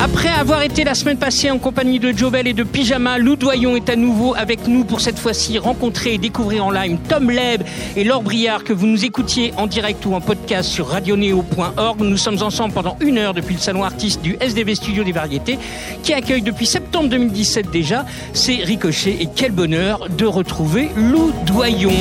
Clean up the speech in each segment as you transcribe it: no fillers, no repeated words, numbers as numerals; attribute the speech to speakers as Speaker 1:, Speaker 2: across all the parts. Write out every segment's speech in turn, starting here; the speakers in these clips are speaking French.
Speaker 1: Après avoir été la semaine passée en compagnie de Jobel et de Pyjama, Lou Doyon est à nouveau avec nous pour cette fois-ci rencontrer et découvrir en live Tom Leb et Laure Briard, que vous nous écoutiez en direct ou en podcast sur radioneo.org. Nous sommes ensemble pendant 1 heure depuis le salon artiste du SDV Studio des Variétés, qui accueille depuis septembre 2017 déjà, c'est Ricochet, et quel bonheur de retrouver Lou Doyon.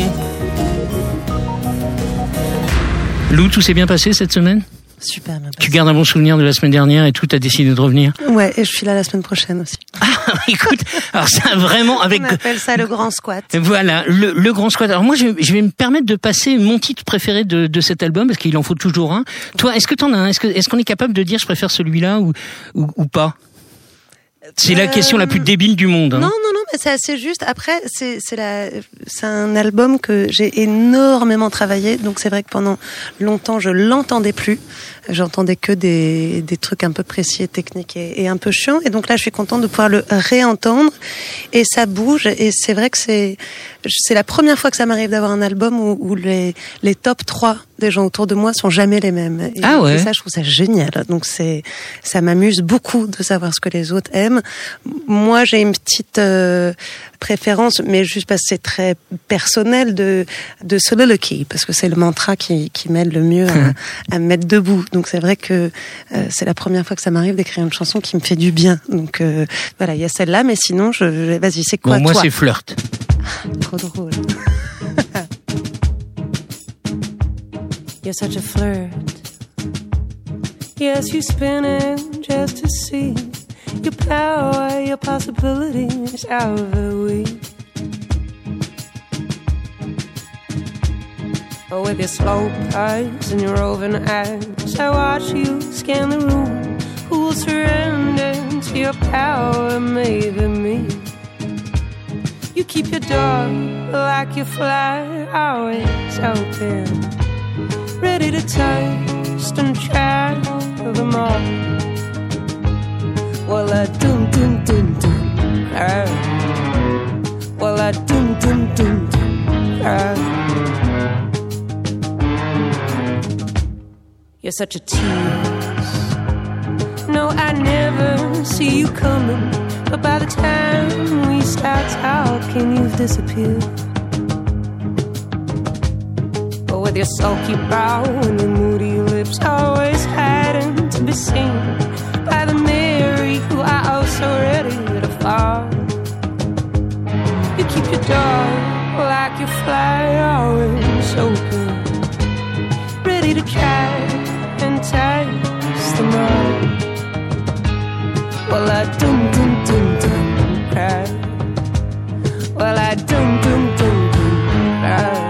Speaker 1: Lou, tout s'est bien passé cette semaine ?
Speaker 2: Super bien passé.
Speaker 1: Tu gardes un bon souvenir de la semaine dernière et tout, t'as décidé de revenir ?
Speaker 2: Ouais, et je suis là la semaine prochaine aussi.
Speaker 1: Ah, écoute, alors ça vraiment avec...
Speaker 2: On appelle ça le grand squat.
Speaker 1: Voilà, le grand squat. Alors moi, je vais me permettre de passer mon titre préféré de cet album, parce qu'il en faut toujours un. Toi, est-ce que t'en as un ? Est-ce qu'on est capable de dire je préfère celui-là ou pas ? C'est la question la plus débile du monde. Hein.
Speaker 2: Non, mais c'est assez juste. Après, c'est un album que j'ai énormément travaillé. Donc c'est vrai que pendant longtemps, je l'entendais plus. J'entendais que des trucs un peu précis et techniques et un peu chiants. Et donc là, je suis contente de pouvoir le réentendre. Et ça bouge. Et c'est vrai que c'est la première fois que ça m'arrive d'avoir un album où les top 3 des gens autour de moi sont jamais les mêmes. Et, et ça, je trouve ça génial. Donc ça m'amuse beaucoup de savoir ce que les autres aiment. Moi, j'ai une petite préférence, mais juste parce que c'est très personnel de Soliloquy, parce que c'est le mantra qui m'aide le mieux à me mettre debout. Donc c'est vrai que c'est la première fois que ça m'arrive d'écrire une chanson qui me fait du bien. Donc voilà, il y a celle-là, mais sinon, vas-y, c'est quoi
Speaker 1: moi,
Speaker 2: toi ?
Speaker 1: c'est Flirt.
Speaker 2: Trop drôle. You're such a flirt. Yes, you spin it just to see your power, your possibilities, however we. Oh, with your slow pulse and your roving eyes, I watch you scan the room. Who'll surrender to your power? Maybe me. You keep your door like you fly, always open, ready to taste and try them all. Well, I dum dum dum dum. Well, I dum dum dum dum. You're such a tease. No, I never see you coming, but by the time we start talking, you've disappeared. But with your sulky brow and your moody lips, always hiding to be seen by the Mary who are oh so ready to fall. You keep your door like you fly, always open, ready to try and taste them all. Well, I dum dum dum dum cry. Well, I dum dum dum dum cry.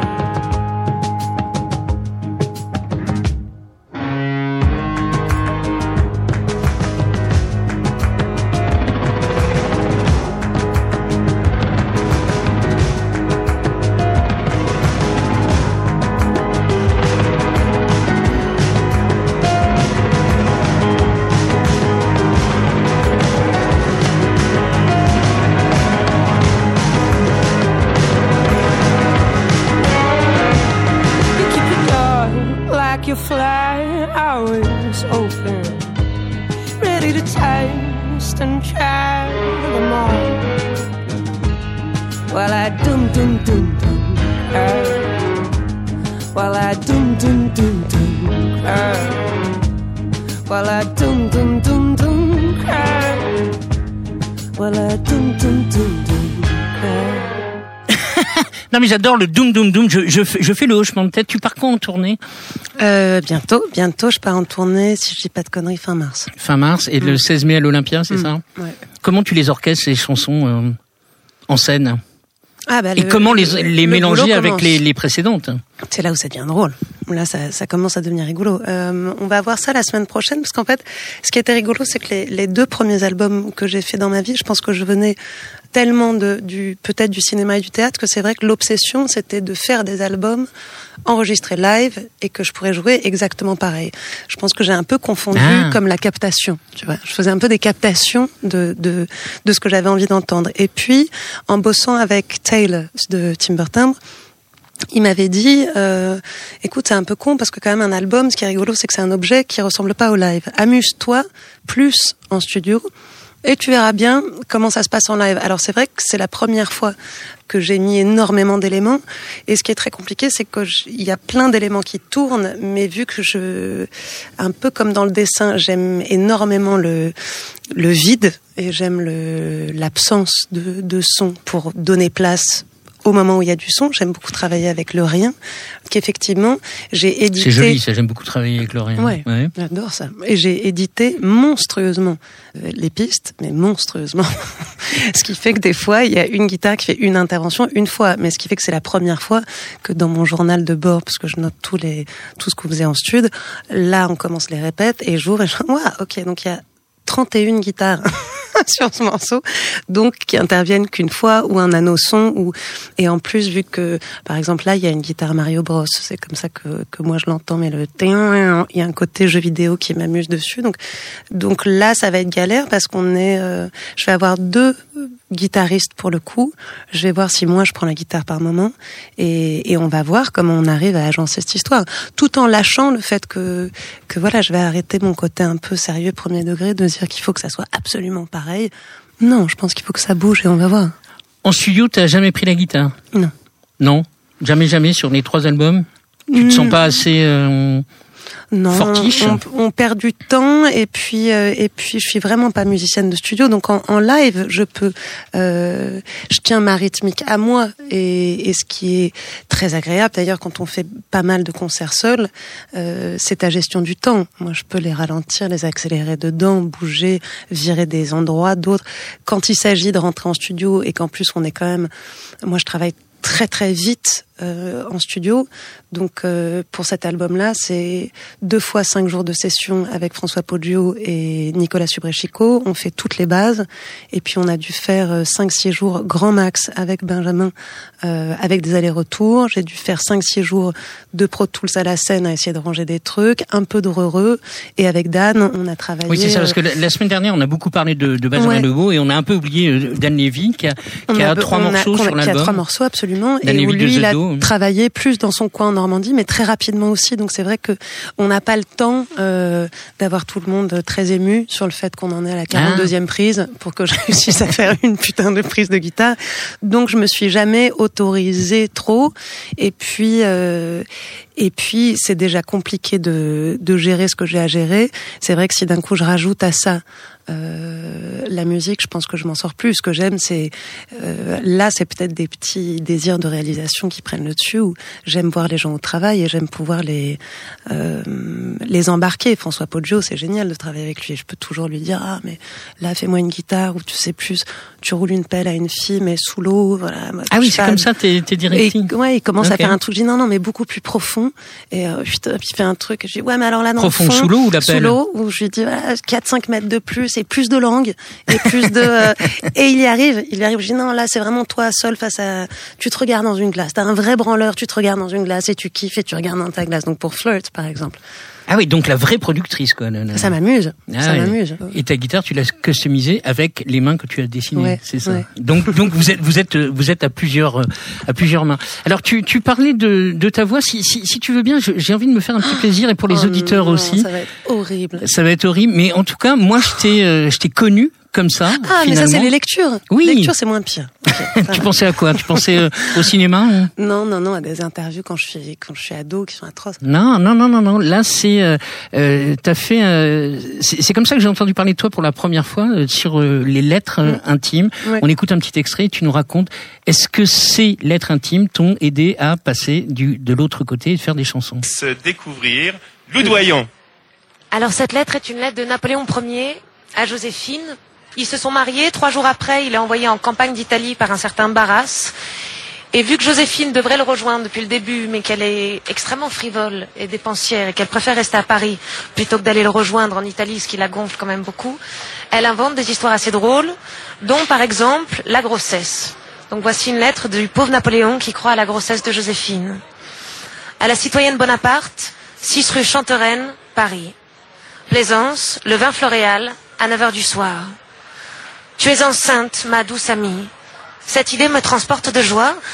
Speaker 2: You fly, always open, ready to taste and try them all. While I dum dum dum dum cry. While I dum dum dum dum cry. While I dum dum dum dum cry. While I dum dum dum dum cry.
Speaker 1: Non mais j'adore le doum doum doum. Je fais le hochement de tête. Tu pars quand en tournée ?
Speaker 2: Bientôt, je pars en tournée, si je dis pas de conneries, fin mars.
Speaker 1: Fin mars et le 16 mai à l'Olympia, c'est ça ?
Speaker 2: Ouais.
Speaker 1: Comment tu les orchestres, ces chansons en scène ? Et
Speaker 2: le,
Speaker 1: comment les mélanger avec
Speaker 2: commence.
Speaker 1: les précédentes ?
Speaker 2: C'est là où ça devient drôle. Là, ça commence à devenir rigolo. On va voir ça la semaine prochaine, parce qu'en fait, ce qui était rigolo, c'est que les 2 premiers albums que j'ai fait dans ma vie, je pense que je venais tellement peut-être du cinéma et du théâtre, que c'est vrai que l'obsession, c'était de faire des albums enregistrés live et que je pourrais jouer exactement pareil. Je pense que j'ai un peu confondu comme la captation, tu vois. Je faisais un peu des captations de ce que j'avais envie d'entendre. Et puis, en bossant avec Taylor de Timber Timbre, il m'avait dit, écoute, c'est un peu con parce que quand même un album, ce qui est rigolo, c'est que c'est un objet qui ressemble pas au live. Amuse-toi plus en studio et tu verras bien comment ça se passe en live. Alors c'est vrai que c'est la première fois que j'ai mis énormément d'éléments et ce qui est très compliqué, c'est que il y a plein d'éléments qui tournent, mais vu que un peu comme dans le dessin, j'aime énormément le vide et j'aime l'absence de son pour donner place au moment où il y a du son. J'aime beaucoup travailler avec le rien, qu'effectivement, j'ai édité...
Speaker 1: C'est joli, ça, j'aime beaucoup travailler avec le rien.
Speaker 2: Ouais. J'adore ça. Et j'ai édité monstrueusement les pistes, mais monstrueusement. Ce qui fait que des fois, il y a une guitare qui fait une intervention une fois, mais ce qui fait que c'est la première fois que dans mon journal de bord, parce que je note tout ce qu'on faisait en stud, là, on commence les répètes, et j'ouvre et je dis, ok, donc il y a 31 guitares sur ce morceau, donc qui interviennent qu'une fois, ou un anneau son, et en plus, vu que, par exemple, là, il y a une guitare Mario Bros, c'est comme ça que moi je l'entends, mais il y a un côté jeu vidéo qui m'amuse dessus, donc là, ça va être galère, parce je vais avoir 2 guitaristes pour le coup, je vais voir si moi je prends la guitare par moment, et on va voir comment on arrive à agencer cette histoire, tout en lâchant le fait que voilà, je vais arrêter mon côté un peu sérieux premier degré, de dire qu'il faut que ça soit absolument pareil. Non, je pense qu'il faut que ça bouge et on va voir.
Speaker 1: En studio, t'as jamais pris la guitare?
Speaker 2: Non.
Speaker 1: Non? Jamais sur les 3 albums? Tu te sens pas assez
Speaker 2: non,
Speaker 1: fortiche?
Speaker 2: on perd du temps et puis je suis vraiment pas musicienne de studio, donc en live je tiens ma rythmique à moi et ce qui est très agréable d'ailleurs quand on fait pas mal de concerts seuls, c'est ta gestion du temps. Moi je peux les ralentir, les accélérer dedans, bouger, virer des endroits, d'autres. Quand il s'agit de rentrer en studio et qu'en plus on est quand même, moi je travaille très très vite en studio, donc pour cet album-là, c'est 2 fois 5 jours de session avec François Poggio et Nicolas Subrechico. On fait toutes les bases, et puis on a dû faire 5-6 jours grand max avec Benjamin, avec des allers-retours. J'ai dû faire 5-6 jours de Pro Tools à la scène à essayer de ranger des trucs, un peu de Reureux, et avec Dan, on a travaillé...
Speaker 1: Oui, c'est ça, parce que la semaine dernière, on a beaucoup parlé de Benjamin Legault, et on a un peu oublié Dan Levy, qui a 3 morceaux sur l'album.
Speaker 2: Qui a 3 morceaux, absolument,
Speaker 1: Dan
Speaker 2: et où
Speaker 1: Levy
Speaker 2: lui, il a travaillé plus dans son coin en Normandie, mais très rapidement aussi. Donc c'est vrai que on n'a pas le temps d'avoir tout le monde très ému sur le fait qu'on en est à la 42e prise pour que je réussisse à faire une putain de prise de guitare. Donc je me suis jamais autorisée trop. Et puis c'est déjà compliqué de gérer ce que j'ai à gérer. C'est vrai que si d'un coup je rajoute à ça la musique, je pense que je m'en sors plus. Ce que j'aime, c'est là, c'est peut-être des petits désirs de réalisation qui prennent le dessus. Où j'aime voir les gens au travail et j'aime pouvoir les embarquer. François Poggio, c'est génial de travailler avec lui. Et je peux toujours lui dire mais là, fais-moi une guitare, ou tu sais plus, tu roules une pelle à une fille mais sous l'eau. Voilà. Moi,
Speaker 1: oui, c'est comme ça tes directives.
Speaker 2: Il commence à faire un truc. Je dis non, mais beaucoup plus profond. Et putain, puis il fait un truc. Et je dis mais alors là, dans
Speaker 1: profond,
Speaker 2: le fond,
Speaker 1: sous l'eau ou la pelle?
Speaker 2: Sous l'eau, où je lui dis 4-5 mètres de plus. Et plus de langue et plus de et il y arrive. Je dis non, là c'est vraiment toi seul face à, tu te regardes dans une glace, t'as un vrai branleur, tu te regardes dans une glace et tu kiffes et tu regardes dans ta glace. Donc pour Flirt par exemple. Ah
Speaker 1: oui, donc la vraie productrice quoi.
Speaker 2: Ça m'amuse. Ça m'amuse.
Speaker 1: Et ta guitare, tu l'as customisée avec les mains que tu as dessinées,
Speaker 2: ouais,
Speaker 1: c'est ça.
Speaker 2: Ouais.
Speaker 1: Donc vous êtes à plusieurs mains. Alors tu parlais de ta voix. Si tu veux bien, j'ai envie de me faire un petit plaisir, et pour les auditeurs aussi.
Speaker 2: Ça va être horrible.
Speaker 1: Ça va être horrible, mais en tout cas, moi je t'ai connu comme ça.
Speaker 2: Ah,
Speaker 1: finalement.
Speaker 2: mais ça c'est les lectures.
Speaker 1: Oui.
Speaker 2: Les lectures c'est moins pire. Okay,
Speaker 1: tu pensais à quoi? Tu pensais au cinéma ou...
Speaker 2: Non, à des interviews quand je suis ado qui sont atroces.
Speaker 1: Non. Là c'est t'as fait c'est comme ça que j'ai entendu parler de toi pour la première fois sur les lettres intimes. Ouais. On écoute un petit extrait, tu nous racontes. Est-ce que ces lettres intimes t'ont aidé à passer de l'autre côté et de faire des chansons?
Speaker 3: Se découvrir Loudoyon.
Speaker 4: Alors cette lettre est une lettre de Napoléon Ier à Joséphine. Ils se sont mariés, 3 jours après, il est envoyé en campagne d'Italie par un certain Barras. Et vu que Joséphine devrait le rejoindre depuis le début, mais qu'elle est extrêmement frivole et dépensière, et qu'elle préfère rester à Paris plutôt que d'aller le rejoindre en Italie, ce qui la gonfle quand même beaucoup, elle invente des histoires assez drôles, dont par exemple la grossesse. Donc voici une lettre du pauvre Napoléon qui croit à la grossesse de Joséphine. À la citoyenne Bonaparte, 6 rue Chantereine, Paris. Plaisance, le vin floréal, à 9h du soir. Tu es enceinte, ma douce amie. Cette idée me transporte de joie.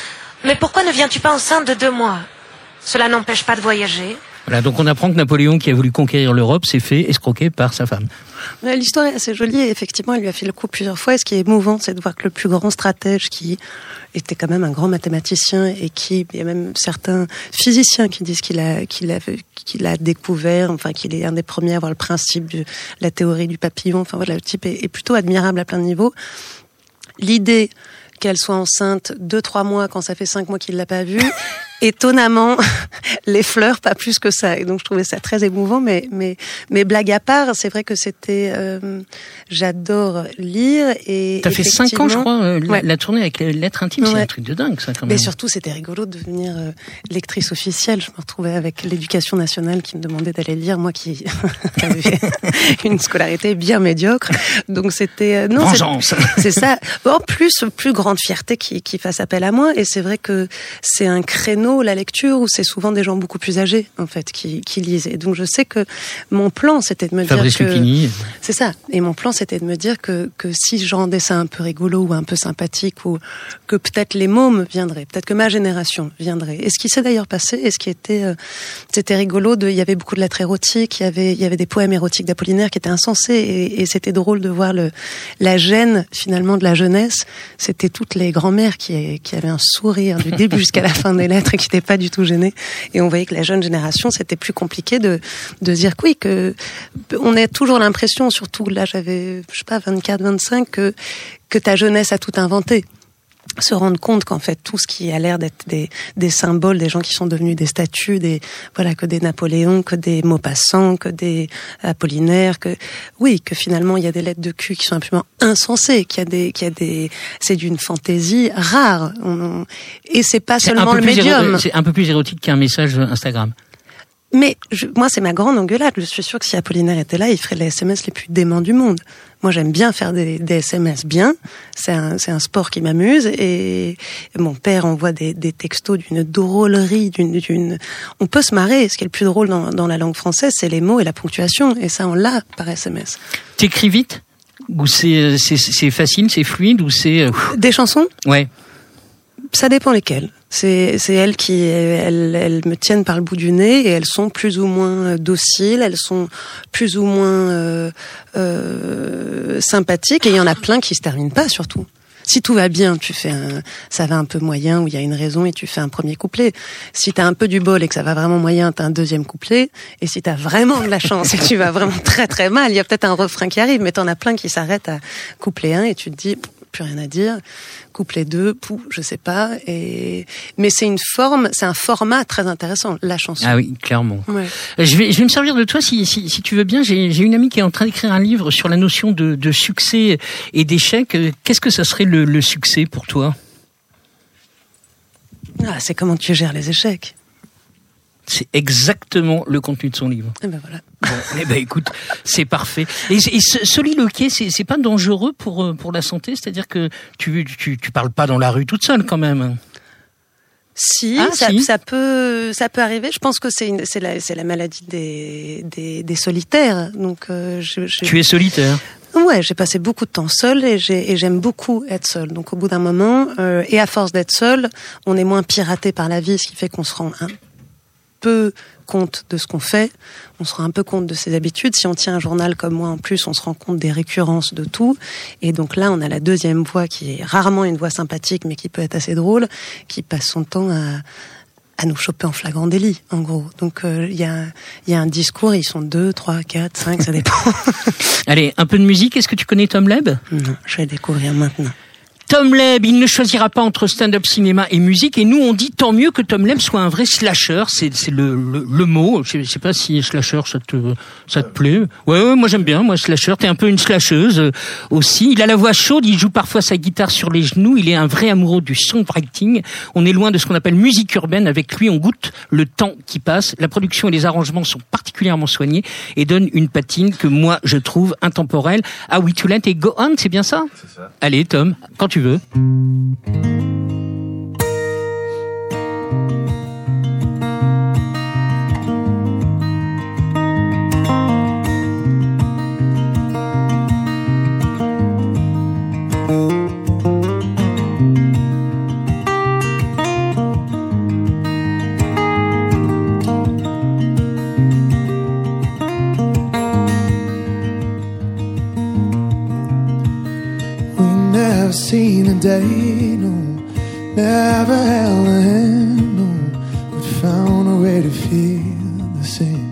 Speaker 4: Mais pourquoi ne viens-tu pas enceinte de 2 mois? Cela n'empêche pas de voyager.
Speaker 1: Voilà, donc on apprend que Napoléon, qui a voulu conquérir l'Europe, s'est fait escroquer par sa femme.
Speaker 2: L'histoire est assez jolie et effectivement, elle lui a fait le coup plusieurs fois. Et ce qui est émouvant, c'est de voir que le plus grand stratège, qui était quand même un grand mathématicien et il y a même certains physiciens qui disent qu'il a découvert, enfin qu'il est un des premiers à avoir le principe de la théorie du papillon. Enfin voilà, le type est plutôt admirable à plein de niveaux. L'idée qu'elle soit enceinte 2-3 mois quand ça fait 5 mois qu'il l'a pas vue, étonnamment, les fleurs, pas plus que ça. Et donc, je trouvais ça très émouvant, mais blague à part, c'est vrai que c'était, j'adore lire et.
Speaker 1: T'as fait 5 ans, je crois,
Speaker 2: ouais.
Speaker 1: la tournée avec les lettres intimes, c'est
Speaker 2: Ouais.
Speaker 1: un truc de dingue, ça, quand même.
Speaker 2: Mais surtout, c'était rigolo de devenir lectrice officielle. Je me retrouvais avec l'éducation nationale qui me demandait d'aller lire, moi qui avais une scolarité bien médiocre. Donc, c'était, non.
Speaker 1: Vengeance.
Speaker 2: C'est ça. En plus grande fierté qui fasse appel à moi. Et c'est vrai que c'est un créneau, la lecture, où c'est souvent des gens beaucoup plus âgés, en fait, qui lisent. Et donc, je sais que mon plan, c'était de me
Speaker 1: Fabrice
Speaker 2: dire que...
Speaker 1: Lucchini.
Speaker 2: C'est ça. Et mon plan, c'était de me dire que si je rendais ça un peu rigolo ou un peu sympathique, ou que peut-être les mômes viendraient, peut-être que ma génération viendrait. Et ce qui s'est d'ailleurs passé, et ce qui était... c'était rigolo, il y avait beaucoup de lettres érotiques, il y avait des poèmes érotiques d'Apollinaire qui étaient insensés, et c'était drôle de voir la gêne, finalement, de la jeunesse. C'était toutes les grand-mères qui avaient un sourire du début jusqu'à la fin des lettres et qui n'étaient pas du tout gênées. Et on voyait que la jeune génération, c'était plus compliqué de dire que oui, que on a toujours l'impression, surtout là j'avais, je sais pas, 24, 25, que ta jeunesse a tout inventé. Se rendre compte qu'en fait tout ce qui a l'air d'être des symboles, des gens qui sont devenus des statues, que des Napoléons, que des Maupassant, que des Apollinaire, que finalement il y a des lettres de cul qui sont absolument insensées, c'est d'une fantaisie rare. Et c'est pas seulement le médium.
Speaker 1: C'est un peu plus érotique qu'un message Instagram.
Speaker 2: Mais moi, c'est ma grande engueulade. Je suis sûre que si Apollinaire était là, il ferait les SMS les plus déments du monde. Moi, j'aime bien faire des SMS bien. C'est un sport qui m'amuse. Et mon père envoie des textos d'une drôlerie, on peut se marrer. Ce qui est le plus drôle dans la langue française, c'est les mots et la ponctuation. Et ça, on l'a par SMS.
Speaker 1: T'écris vite? Ou c'est facile, c'est fluide, ou c'est...
Speaker 2: Des chansons?
Speaker 1: Ouais.
Speaker 2: Ça dépend lesquelles. C'est elles qui elles me tiennent par le bout du nez et elles sont plus ou moins dociles, elles sont plus ou moins sympathiques et il y en a plein qui se terminent pas surtout. Si tout va bien, ça va un peu moyen où il y a une raison et tu fais un premier couplet. Si t'as un peu du bol et que ça va vraiment moyen, t'as un deuxième couplet. Et si t'as vraiment de la chance et que tu vas vraiment très très mal, il y a peut-être un refrain qui arrive, mais t'en as plein qui s'arrêtent à couplet 1 et tu te dis plus rien à dire. Couplet 2, je sais pas. Mais c'est un format très intéressant, la chanson.
Speaker 1: Ah oui, clairement.
Speaker 2: Ouais.
Speaker 1: Je vais me servir de toi si tu veux bien. J'ai une amie qui est en train d'écrire un livre sur la notion de succès et d'échec. Qu'est-ce que ça serait le succès pour toi?
Speaker 2: C'est comment tu gères les échecs.
Speaker 1: C'est exactement le contenu de son livre.
Speaker 2: Et ben voilà.
Speaker 1: Bon, écoute, c'est parfait. Et soliloquer, c'est pas dangereux pour la santé, c'est-à-dire que tu parles pas dans la rue toute seule quand même.
Speaker 2: Si, ça peut arriver. Je pense que c'est la maladie des solitaires. Donc
Speaker 1: Tu es solitaire.
Speaker 2: Ouais, j'ai passé beaucoup de temps seule et j'aime beaucoup être seule. Donc au bout d'un moment, et à force d'être seule, on est moins piraté par la vie, ce qui fait qu'on se rend un peu compte de ce qu'on fait, on se rend un peu compte de ses habitudes. Si on tient un journal comme moi en plus, on se rend compte des récurrences de tout. Et donc là, on a la deuxième voix qui est rarement une voix sympathique, mais qui peut être assez drôle, qui passe son temps à nous choper en flagrant délit, en gros. Donc il y a un discours, ils sont 2, 3, 4, 5, ça dépend.
Speaker 1: Allez, un peu de musique. Est-ce que tu connais Tom Leb?
Speaker 2: Non, je vais découvrir maintenant.
Speaker 1: Tom Leb, il ne choisira pas entre stand-up cinéma et musique, et nous on dit tant mieux que Tom Leb soit un vrai slasher, c'est le mot. Je sais pas si slasher ça te plaît. Ouais, moi j'aime bien, moi slasher, t'es un peu une slasheuse aussi. Il a la voix chaude, il joue parfois sa guitare sur les genoux, il est un vrai amoureux du songwriting. On est loin de ce qu'on appelle musique urbaine, avec lui on goûte le temps qui passe. La production et les arrangements sont particulièrement soignés et donnent une patine que moi je trouve intemporelle. Ah oui, tu l'as, et Go On, c'est bien ça?
Speaker 5: C'est ça.
Speaker 1: Allez Tom, quand tu veux.
Speaker 5: seen a day, no, never held a hand, no, but found a way to feel the same.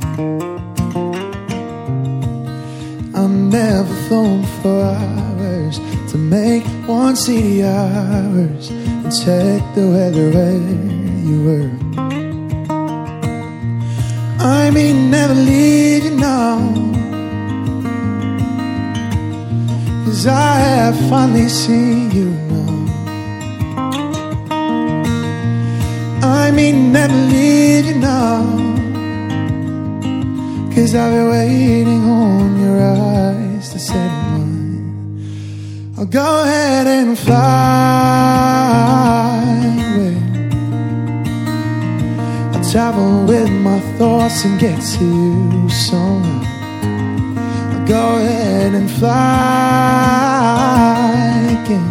Speaker 5: I've never flown for hours to make one see the hours and check the weather where you were. I may never leave you now, 'cause I have finally seen you now. I may never leave you now, 'cause I've been waiting on your eyes to set mine. I'll go ahead and fly away. I'll travel with my thoughts and get to you somewhere. I'll go ahead and fly again,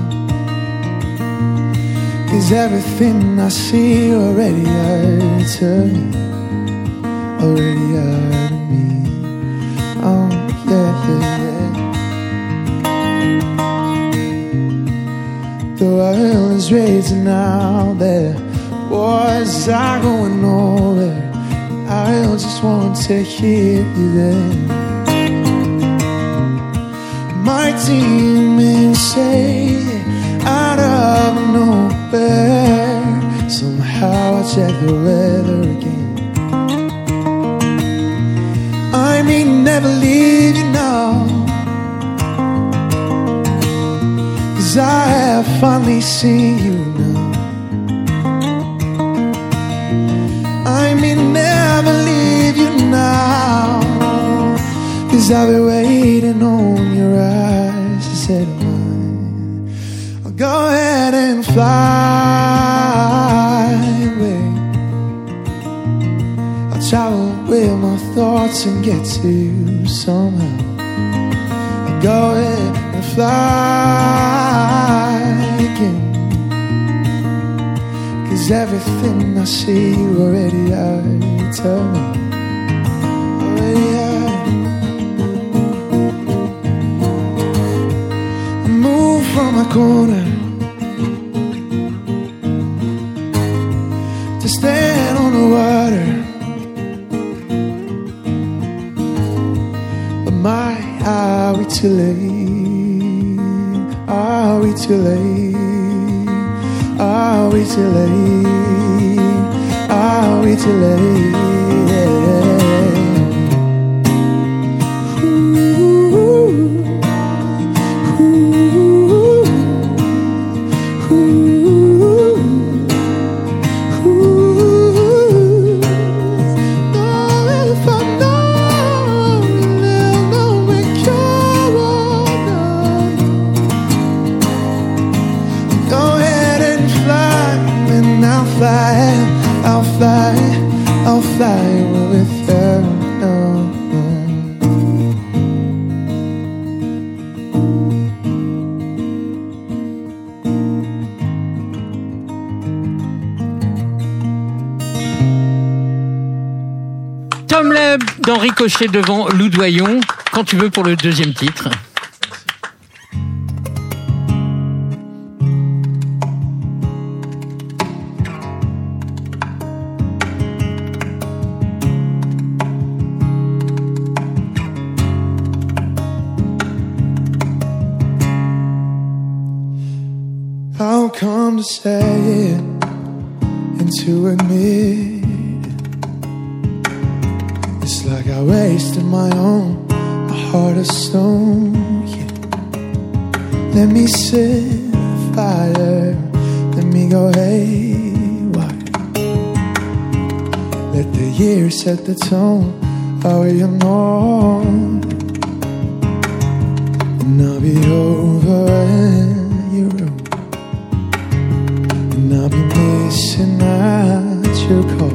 Speaker 5: 'cause everything I see already hurts me, already hurt me. Oh, yeah, yeah, yeah. The world is raging out there, wars are going nowhere. I just want to hear you there. My team is saying out of nowhere, somehow I check the weather again. I may never leave you now, 'cause I have finally seen you now. I may never leave you now, 'cause I've been waiting on your eyes to set mine. I'll go ahead and fly away. I'll travel with my thoughts and get to you somehow. I'll go ahead and fly again, 'cause everything I see already I tell me, already I move from my corner to stand on the water, but my, are we too late? Are we too late? Are we too late? Are we too late? I'll fly with her.
Speaker 1: Tom Leb dans Ricochet devant Lou Doyon. Quand tu veux pour le deuxième titre.
Speaker 5: I'll come to say it and to admit it. It's like I wasted my own, a heart of stone, yeah. Let me set fire, let me go haywire. Let the years set the tone, oh you know. And I'll be over in your room, and I'll be missing at your call.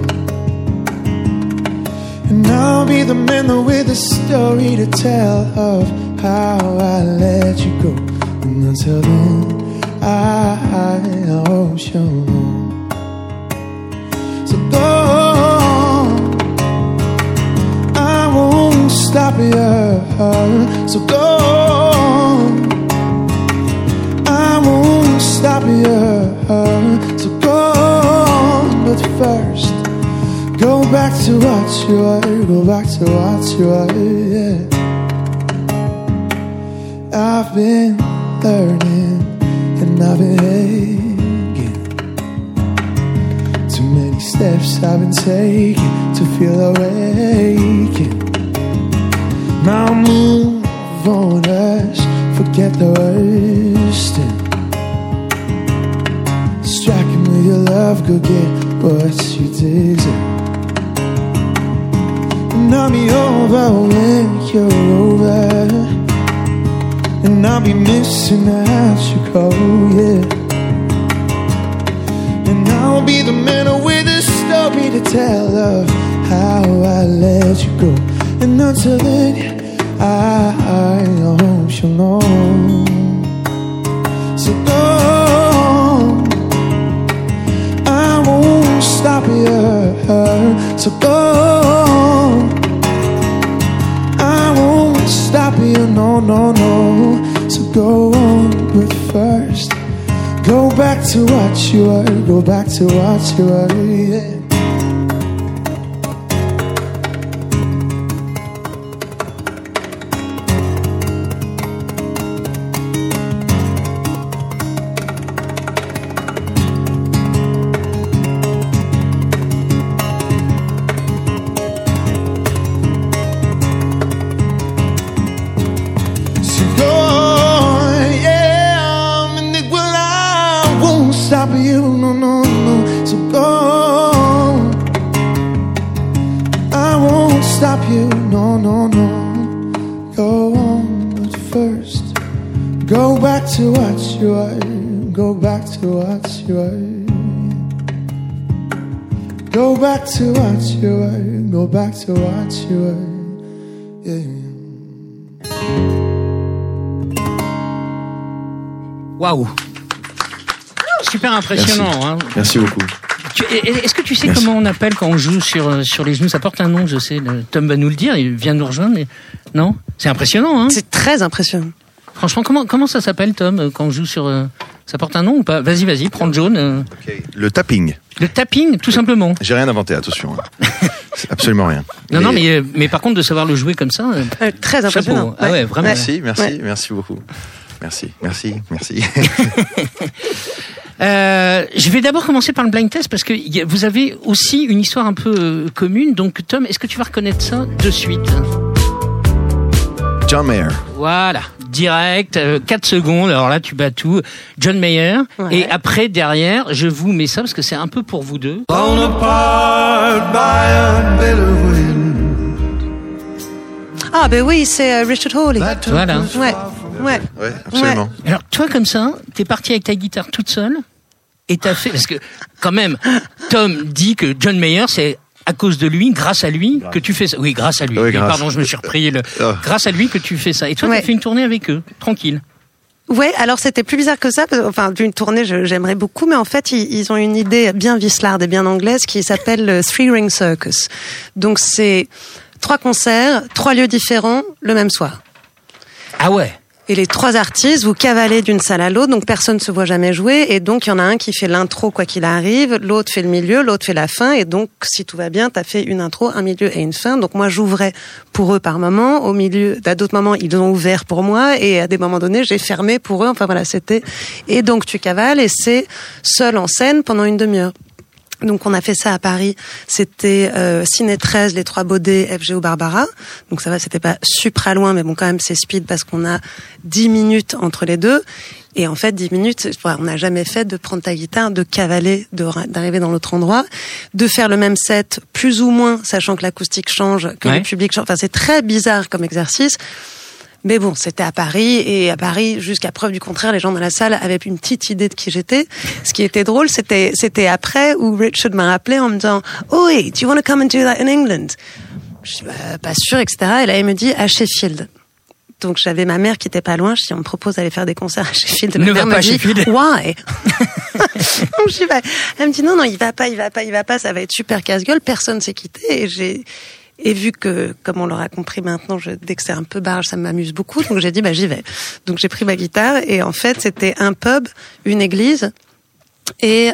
Speaker 5: And I'll be the man with a story to tell of how I let you go. And until then, I'll show you. So go on, I won't stop you. So go on, I won't back to what you were, go back to what you were, yeah. I've been learning and I've been aching. Too many steps I've been taking to feel awakened. Now move on, rush, forget the worst. Striking with your love, go get what you deserve. And I'll be over when you're over, and I'll be missing out you go, yeah. And I'll be the man with a story to tell of how I let you go. And until then, I hope you'll know. So go, I won't stop you. So go, I won't stop you, no, no, no. So go on, but first, go back to what you were, go back to what you were, yeah. Stop you, no, no, no. So go, I won't stop you, no, no, no. Go on, but first, go back to what you are. Go back to what you are. Go back to what you are. Go back to what you are. Yeah.
Speaker 1: Waouh! Super impressionnant.
Speaker 6: Merci,
Speaker 1: hein.
Speaker 6: Merci beaucoup.
Speaker 1: Est-ce que tu sais comment on appelle quand on joue sur les genoux? Ça porte un nom, je sais. Tom va nous le dire, il vient nous rejoindre, mais non? C'est impressionnant, hein?
Speaker 2: C'est très impressionnant.
Speaker 1: Franchement, comment ça s'appelle, Tom, quand on joue sur... Ça porte un nom ou pas? Vas-y, prends John.
Speaker 6: Okay. Le tapping.
Speaker 1: Le tapping, tout simplement.
Speaker 6: J'ai rien inventé, attention. Hein. C'est absolument rien.
Speaker 1: Non, mais par contre, de savoir le jouer comme ça...
Speaker 2: très impressionnant.
Speaker 1: Chapeau. Ah ouais, vraiment.
Speaker 6: Merci beaucoup. Merci.
Speaker 1: Je vais d'abord commencer par le blind test parce que vous avez aussi une histoire un peu commune. Donc Tom, est-ce que tu vas reconnaître ça de suite?
Speaker 6: John Mayer.
Speaker 1: Voilà, direct, 4 secondes. Alors là, tu bats tout. John Mayer. Ouais. Et après, derrière, je vous mets ça parce que c'est un peu pour vous deux.
Speaker 5: Blown apart by a bitter wind.
Speaker 2: Ah ben oui, c'est Richard Hawley.
Speaker 1: Voilà.
Speaker 2: Ouais,
Speaker 6: absolument.
Speaker 1: Ouais. Alors toi comme ça, t'es parti avec ta guitare toute seule et t'as fait parce que quand même, Tom dit que John Mayer c'est à cause de lui, grâce à lui que tu fais ça. Oui, grâce à lui.
Speaker 6: Oui,
Speaker 1: pardon, je me suis repris. Grâce à lui que tu fais ça. Et toi, t'as fait une tournée avec eux, tranquille.
Speaker 2: Ouais, alors c'était plus bizarre que ça. Enfin, d'une tournée, j'aimerais beaucoup, mais en fait, ils ont une idée bien vislarde et bien anglaise qui s'appelle le Three Ring Circus. Donc c'est 3 concerts, 3 lieux différents, le même soir.
Speaker 1: Ah ouais.
Speaker 2: Et les 3 artistes, vous cavalez d'une salle à l'autre, donc personne ne se voit jamais jouer, et donc il y en a un qui fait l'intro quoi qu'il arrive, l'autre fait le milieu, l'autre fait la fin, et donc si tout va bien, t'as fait une intro, un milieu et une fin. Donc moi j'ouvrais pour eux par moment, au milieu, à d'autres moments ils ont ouvert pour moi, et à des moments donnés j'ai fermé pour eux. Enfin voilà, c'était. Et donc tu cavales et c'est seul en scène pendant une demi-heure. Donc on a fait ça à Paris, c'était Ciné 13, les 3 Baudets, FGO Barbara. Donc ça va, c'était pas super loin, mais bon quand même c'est speed parce qu'on a 10 minutes entre les deux. Et en fait 10 minutes, on n'a jamais fait de prendre ta guitare, de cavaler, d'arriver dans l'autre endroit, de faire le même set plus ou moins, sachant que l'acoustique change, que le public change. Enfin c'est très bizarre comme exercice. Mais bon, c'était à Paris, et à Paris, jusqu'à preuve du contraire, les gens dans la salle avaient une petite idée de qui j'étais. Ce qui était drôle, c'était après où Richard m'a rappelé en me disant « Oh, hey, do you want to come and do that in England ?» Je suis pas sûre, etc. Et là, il me dit « À Sheffield ». Donc j'avais ma mère qui était pas loin, je dis on me propose d'aller faire des concerts à Sheffield. Ma mère me dit « Why ?» Donc elle me dit « Non, il va pas, ça va être super casse-gueule, personne s'est quitté. » Et vu que, comme on l'aura compris maintenant, dès que c'est un peu barge, ça m'amuse beaucoup, donc j'ai dit, j'y vais. Donc j'ai pris ma guitare, et en fait, c'était un pub, une église, et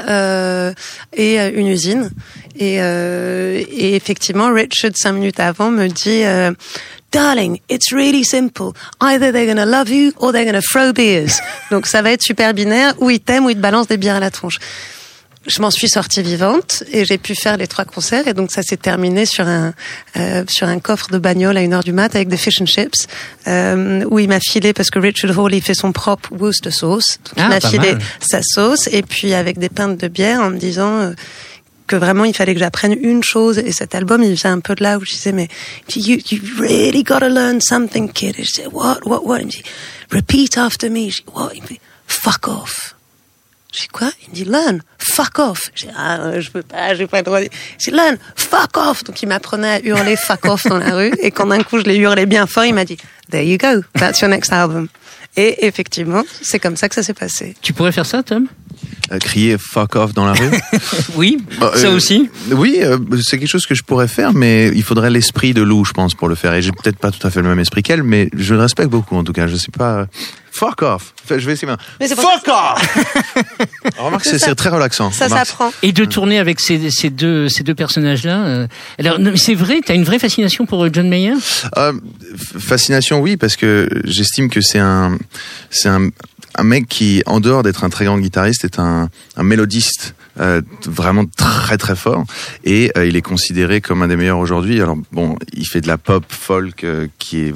Speaker 2: une usine. Et effectivement, Richard 5 minutes avant me dit Darling, it's really simple. Either they're gonna love you or they're gonna throw beers. Donc ça va être super binaire, ou ils t'aiment ou ils te balancent des bières à la tronche. Je m'en suis sortie vivante et j'ai pu faire les 3 concerts, et donc ça s'est terminé sur un coffre de bagnole à 1h du mat avec des fish and chips, où il m'a filé, parce que Richard Hall il fait son propre Worcester sauce, donc il m'a filé sa sauce, et puis avec des pintes de bière, en me disant que vraiment il fallait que j'apprenne une chose. Et cet album il vient un peu de là où je disais mais you really gotta learn something, kid. Et je disais what il me dit repeat after me. Je dis what? Il me dit fuck off. Je dis quoi? Il me dit learn fuck off. Je dis je peux pas, j'ai pas le droit. Je dis learn fuck off. Donc il m'apprenait à hurler fuck off dans la rue, et quand d'un coup je l'ai hurlé bien fort, il m'a dit there you go, that's your next album. Et effectivement c'est comme ça que ça s'est passé.
Speaker 1: Tu pourrais faire ça, Tom?
Speaker 6: Crier fuck off dans la rue.
Speaker 1: Oui, ça aussi.
Speaker 6: Oui, c'est quelque chose que je pourrais faire, mais il faudrait l'esprit de Lou, je pense, pour le faire. Et j'ai peut-être pas tout à fait le même esprit qu'elle, mais je le respecte beaucoup, en tout cas. Je sais pas. Fuck off. Enfin, je vais essayer maintenant. Fuck off. Remarque, c'est très relaxant.
Speaker 2: Ça s'apprend.
Speaker 1: Et de tourner avec ces deux personnages-là. Alors, c'est vrai, t'as une vraie fascination pour John Mayer?
Speaker 6: Fascination, oui, parce que j'estime que c'est un mec qui, en dehors d'être un très grand guitariste, est un mélodiste vraiment très très fort, et il est considéré comme un des meilleurs aujourd'hui. Alors bon, il fait de la pop folk qui est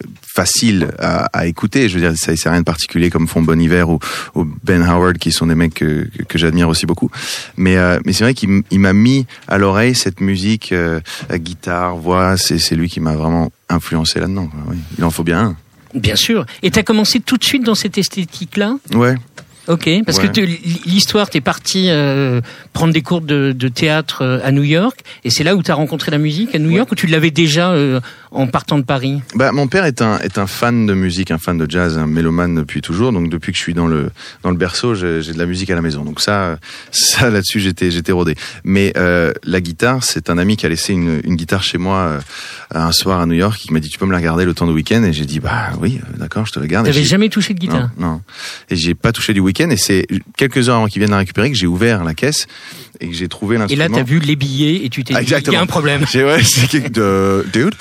Speaker 6: facile à écouter. Je veux dire, ça c'est rien de particulier comme font Bon Iver ou Ben Howard, qui sont des mecs que j'admire aussi beaucoup. Mais c'est vrai qu'il m'a mis à l'oreille cette musique guitare, voix. C'est lui qui m'a vraiment influencé là-dedans. Oui. Il en faut bien un.
Speaker 1: Bien sûr. Et t'as commencé tout de suite dans cette esthétique-là?
Speaker 6: Ouais.
Speaker 1: Ok, parce que l'histoire, t'es parti prendre des cours de théâtre à New York, et c'est là où t'as rencontré la musique à New York, ou tu l'avais déjà en partant de Paris? Mon père est un fan de musique, un fan de jazz, un mélomane depuis toujours. Donc depuis que je suis dans le berceau, j'ai de la musique à la maison. Donc ça là-dessus j'étais rodé. Mais la guitare, c'est un ami qui a laissé une guitare chez moi un soir à New York, qui m'a dit tu peux me la garder le temps du week-end, et j'ai dit bah oui, d'accord, je te la garde. T'avais jamais touché de guitare? Non. Et j'ai pas touché du week-end, et c'est quelques heures avant qu'ils viennent la récupérer que j'ai ouvert la caisse et que j'ai trouvé l'instrument. Et là, t'as vu les billets et tu t'es dit, il y a un problème. C'est dude.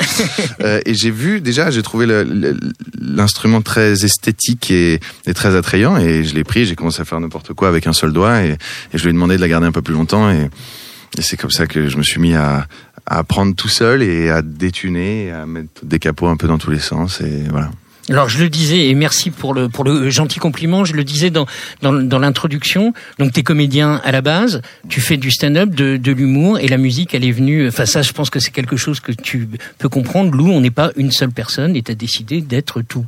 Speaker 1: Et j'ai trouvé l'instrument très esthétique et très attrayant, et je l'ai pris, j'ai commencé à faire n'importe quoi avec un seul doigt, et je lui ai demandé de la garder un peu plus longtemps, et c'est comme ça que je me suis mis à apprendre tout seul et à détuner, et à mettre des capots un peu dans tous les sens, et voilà. Alors je le disais, et merci pour le gentil compliment, je le disais dans l'introduction, donc t'es comédien à la base, tu fais du stand-up, de l'humour, et la musique elle est venue, enfin ça je pense que c'est quelque chose que tu peux comprendre. Lou, on n'est pas une seule personne, et t'as décidé d'être tout.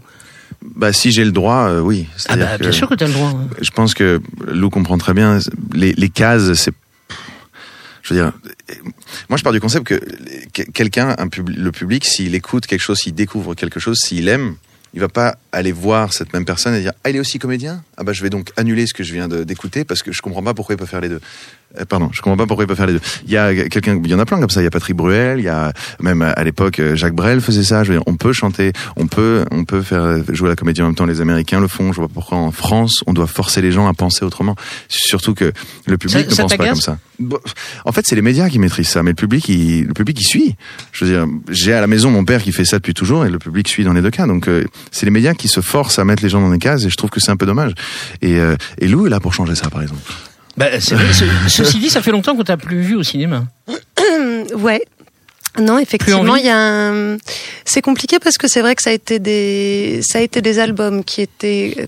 Speaker 1: Si j'ai le droit, oui. Bien sûr que t'as le droit. Hein. Je pense que Lou comprend très bien, les cases, c'est... Je veux dire, moi je pars du concept que quelqu'un, le public, s'il écoute quelque chose, s'il découvre quelque chose, s'il aime, il va pas aller voir cette même personne et dire « Ah, il est aussi comédien ? Ah je vais donc annuler ce que je viens d'écouter parce que je comprends pas pourquoi il peut faire les deux. » je comprends pas pourquoi il peut faire les deux. Il y en a plein comme ça. Il y a Patrick Bruel, il y a même à l'époque Jacques Brel faisait ça. Je veux dire, on peut chanter, on peut faire jouer la comédie en même temps. Les Américains le font. Je vois pas pourquoi en France on doit forcer les gens à penser autrement. Surtout que le public ne pense pas comme ça. En fait, c'est les médias qui maîtrisent ça, mais le public il suit. Je veux dire, j'ai à la maison mon père qui fait ça depuis toujours, et le public suit dans les deux cas. Donc c'est les médias qui se forcent à mettre les gens dans des cases, et je trouve que c'est un peu dommage. Et Lou est là pour changer ça, par exemple. C'est vrai, ceci dit, ça fait longtemps qu'on t'a plus vu au cinéma.
Speaker 2: Ouais. Non, effectivement, c'est compliqué parce que c'est vrai que ça a été des albums qui étaient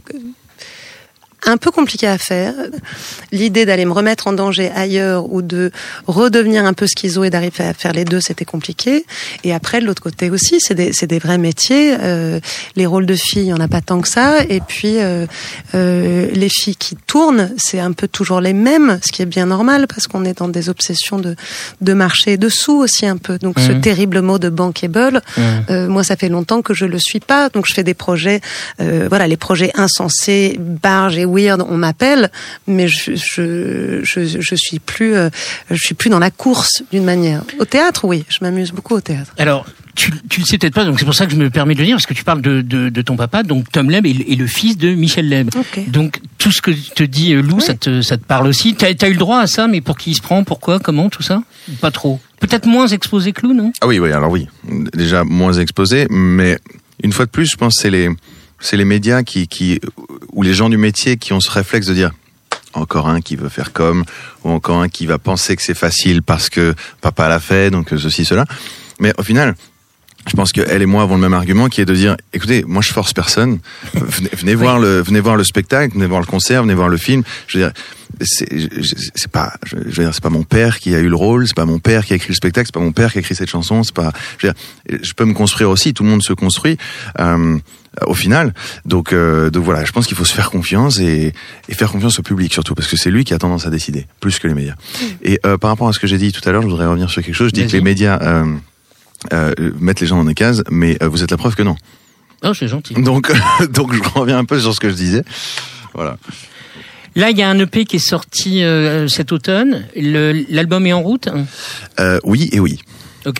Speaker 2: un peu compliqué à faire. L'idée d'aller me remettre en danger ailleurs ou de redevenir un peu schizo et d'arriver à faire les deux, c'était compliqué. Et après, de l'autre côté aussi, c'est des vrais métiers. Les rôles de filles, il y en a pas tant que ça. Et puis, les filles qui tournent, c'est un peu toujours les mêmes, ce qui est bien normal parce qu'on est dans des obsessions de marché et de sous aussi un peu. Donc, ce terrible mot de bankable, moi, ça fait longtemps que je le suis pas. Donc, je fais des projets, les projets insensés, barges et weird, on m'appelle, mais je suis plus dans la course d'une manière. Au théâtre, oui, je m'amuse beaucoup au théâtre. Alors,
Speaker 1: tu le sais peut-être pas, donc c'est pour ça que je me permets de le dire, parce que tu parles de ton papa, donc Tom Leb est le fils de Michel Leb.
Speaker 2: Okay.
Speaker 1: Donc tout ce que te dit Lou, ça te parle aussi. T'as eu le droit à ça, mais pour qui il se prend, pourquoi, comment, tout ça? Pas trop. Peut-être moins exposé que Lou, non?
Speaker 6: Ah oui, alors oui. Déjà moins exposé, mais une fois de plus, je pense que c'est les médias ou les gens du métier qui ont ce réflexe de dire encore un qui veut faire comme, ou encore un qui va penser que c'est facile parce que papa l'a fait, donc ceci, cela. Mais au final, je pense que elle et moi avons le même argument qui est de dire, écoutez, moi je force personne. Venez voir le spectacle, venez voir le concert, venez voir le film. Je veux dire, c'est pas mon père qui a eu le rôle, c'est pas mon père qui a écrit le spectacle, c'est pas mon père qui a écrit cette chanson, c'est pas, je peux me construire aussi, tout le monde se construit. Au final, donc voilà, je pense qu'il faut se faire confiance et faire confiance au public surtout, parce que c'est lui qui a tendance à décider plus que les médias. Et par rapport à ce que j'ai dit tout à l'heure, je voudrais revenir sur quelque chose. Je dis que les médias mettent les gens dans des cases, mais vous êtes la preuve que non.
Speaker 1: Oh, c'est gentil.
Speaker 6: Donc je reviens un peu sur ce que je disais. Voilà.
Speaker 1: Là, il y a un EP qui est sorti cet automne. L'album est en route.
Speaker 6: Oui et oui.
Speaker 1: Ok.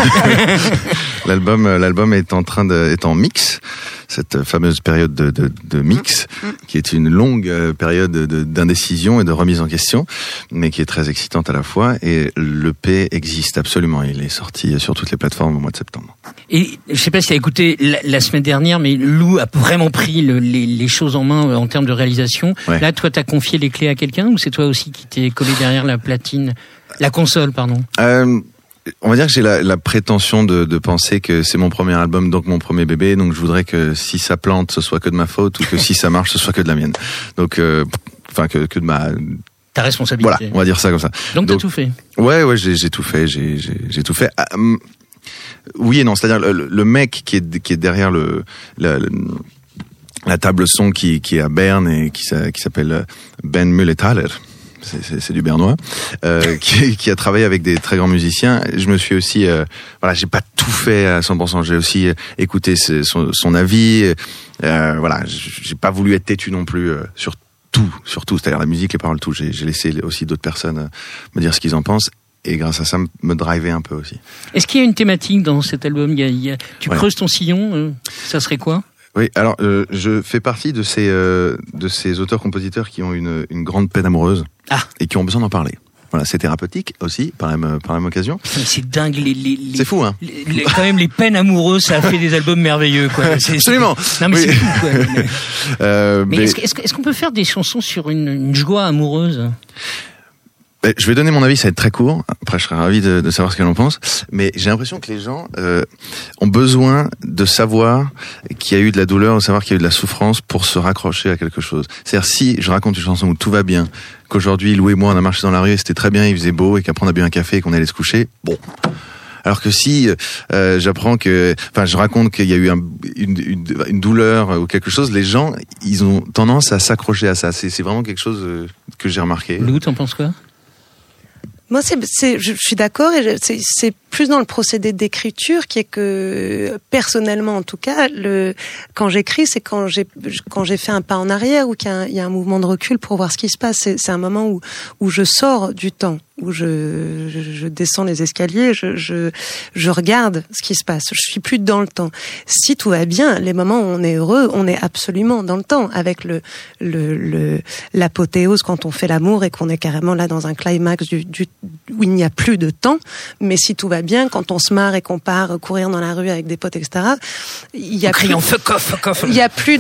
Speaker 6: L'album est en mix, cette fameuse période de mix, qui est une longue période d'indécision et de remise en question, mais qui est très excitante à la fois. Et l'EP existe absolument. Il est sorti sur toutes les plateformes au mois de septembre. Et
Speaker 1: je sais pas si tu as écouté la semaine dernière, mais Lou a vraiment pris les choses en main en termes de réalisation. Ouais. Là, toi, t'as confié les clés à quelqu'un, ou c'est toi aussi qui t'es collé derrière la console, pardon?
Speaker 6: On va dire que j'ai la prétention de penser que c'est mon premier album, donc mon premier bébé, donc je voudrais que si ça plante, ce soit que de ma faute, ou que si ça marche, ce soit que de la mienne. Donc, que de ma...
Speaker 1: Ta responsabilité.
Speaker 6: Voilà, on va dire ça comme ça.
Speaker 1: Donc t'as tout fait.
Speaker 6: Ouais, j'ai tout fait, j'ai tout fait. Oui et non, c'est-à-dire le mec qui est derrière la table son qui est à Berne et qui s'appelle Ben Muller-Thaler. C'est du bernois, qui a travaillé avec des très grands musiciens. Je me suis aussi, j'ai pas tout fait à 100%. J'ai aussi écouté son avis. J'ai pas voulu être têtu non plus sur tout, c'est-à-dire la musique, les paroles, tout. J'ai laissé aussi d'autres personnes me dire ce qu'ils en pensent. Et grâce à ça, me driver un peu aussi.
Speaker 1: Est-ce qu'il y a une thématique dans cet album? Tu creuses ton sillon, ça serait quoi?
Speaker 6: Oui, alors je fais partie de ces auteurs-compositeurs qui ont une grande peine amoureuse et qui ont besoin d'en parler. Voilà, c'est thérapeutique aussi par la même occasion.
Speaker 1: Putain, c'est dingue
Speaker 6: c'est fou, hein.
Speaker 1: Quand même, les peines amoureuses, ça a fait des albums merveilleux, quoi.
Speaker 6: Absolument.
Speaker 1: Non mais c'est fou, quoi. Mais est-ce qu'on peut faire des chansons sur une joie amoureuse?
Speaker 6: Je vais donner mon avis, ça va être très court. Après, je serais ravi de savoir ce que l'on pense. Mais j'ai l'impression que les gens ont besoin de savoir qu'il y a eu de la douleur, de savoir qu'il y a eu de la souffrance pour se raccrocher à quelque chose. C'est-à-dire, si je raconte une chanson où tout va bien, qu'aujourd'hui, Lou et moi, on a marché dans la rue et c'était très bien, il faisait beau, et qu'après on a bu un café et qu'on allait se coucher, bon. Alors que si je raconte qu'il y a eu une douleur ou quelque chose, les gens, ils ont tendance à s'accrocher à ça. C'est vraiment quelque chose que j'ai remarqué.
Speaker 1: Lou, t'en penses quoi?
Speaker 2: Moi, je suis d'accord, et c'est plus dans le procédé d'écriture qui est que, personnellement en tout cas, quand j'écris, c'est quand j'ai fait un pas en arrière ou qu'il y a un mouvement de recul pour voir ce qui se passe. C'est un moment où je sors du temps, où je descends les escaliers, je regarde ce qui se passe. Je suis plus dans le temps. Si tout va bien, les moments où on est heureux, on est absolument dans le temps, avec l'apothéose quand on fait l'amour et qu'on est carrément là dans un climax où il n'y a plus de temps. Mais si tout va bien, quand on se marre et qu'on part courir dans la rue avec des potes, etc., il y a plus,
Speaker 1: fuck off.
Speaker 2: Il y a plus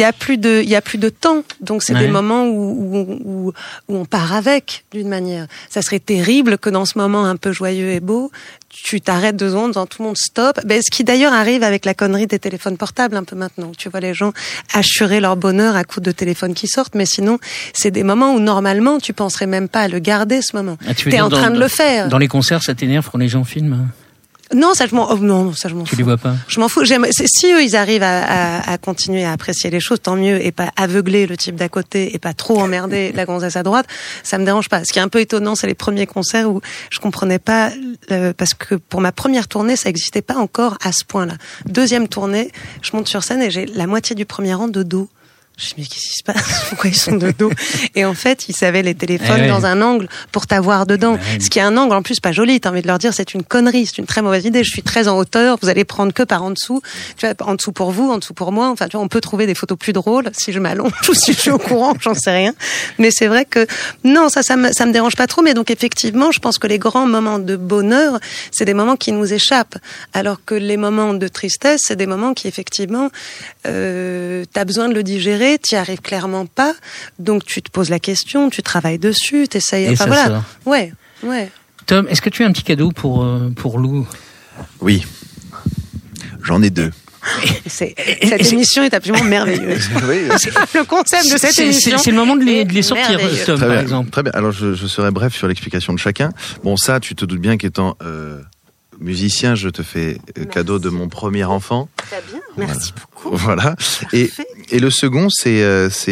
Speaker 2: de temps. Donc c'est des moments où on part avec, d'une manière. Ça serait terrible que dans ce moment un peu joyeux et beau, tu t'arrêtes 2 secondes, dans tout le monde stop. Ce qui d'ailleurs arrive avec la connerie des téléphones portables un peu maintenant. Tu vois les gens assurer leur bonheur à coups de téléphones qui sortent, mais sinon, c'est des moments où normalement tu penserais même pas à le garder, ce moment. T'es en train de le faire.
Speaker 1: Dans les concerts, ça t'énerve quand les gens filment?
Speaker 2: Non, ça je m'en fous.
Speaker 1: Tu les vois pas?
Speaker 2: Je m'en fous. Si eux ils arrivent à continuer à apprécier les choses, tant mieux, et pas aveugler le type d'à côté et pas trop emmerder la gonzesse à droite, ça me dérange pas. Ce qui est un peu étonnant, c'est les premiers concerts où je comprenais pas, parce que pour ma première tournée, ça existait pas encore à ce point-là. Deuxième tournée, je monte sur scène et j'ai la moitié du premier rang de dos. Je me suis dit, mais qu'est-ce qui se passe? Pourquoi ils sont de dos? Et en fait, ils avaient les téléphones dans un angle pour t'avoir dedans. Ce qui est un angle en plus pas joli. T'as envie de leur dire, c'est une connerie, c'est une très mauvaise idée. Je suis très en hauteur, vous allez prendre que par en dessous. Tu vois, en dessous pour vous, en dessous pour moi. Enfin, tu vois, on peut trouver des photos plus drôles si je m'allonge ou si je suis au courant, j'en sais rien. Mais c'est vrai que, non, ça me dérange pas trop. Mais donc, effectivement, je pense que les grands moments de bonheur, c'est des moments qui nous échappent. Alors que les moments de tristesse, c'est des moments qui, effectivement, t'as besoin de le digérer. T'y arrives clairement pas, donc tu te poses la question, tu travailles dessus, t'essayes.
Speaker 1: Et enfin ça
Speaker 2: voilà.
Speaker 1: sort.
Speaker 2: Ouais.
Speaker 1: Tom, est-ce que tu as un petit cadeau pour Lou?
Speaker 6: Oui, j'en ai 2.
Speaker 2: Cette émission est absolument merveilleuse.
Speaker 6: Oui.
Speaker 2: Le concept de cette émission.
Speaker 1: C'est le moment de les sortir,
Speaker 2: merveilleux.
Speaker 1: Tom,
Speaker 6: Très
Speaker 1: par
Speaker 6: bien,
Speaker 1: exemple.
Speaker 6: très bien. Alors je serai bref sur l'explication de chacun. Bon, ça, tu te doutes bien qu'étant musicien, je te fais cadeau de mon premier enfant.
Speaker 2: Très bien, merci beaucoup.
Speaker 6: Voilà. Et le second, c'est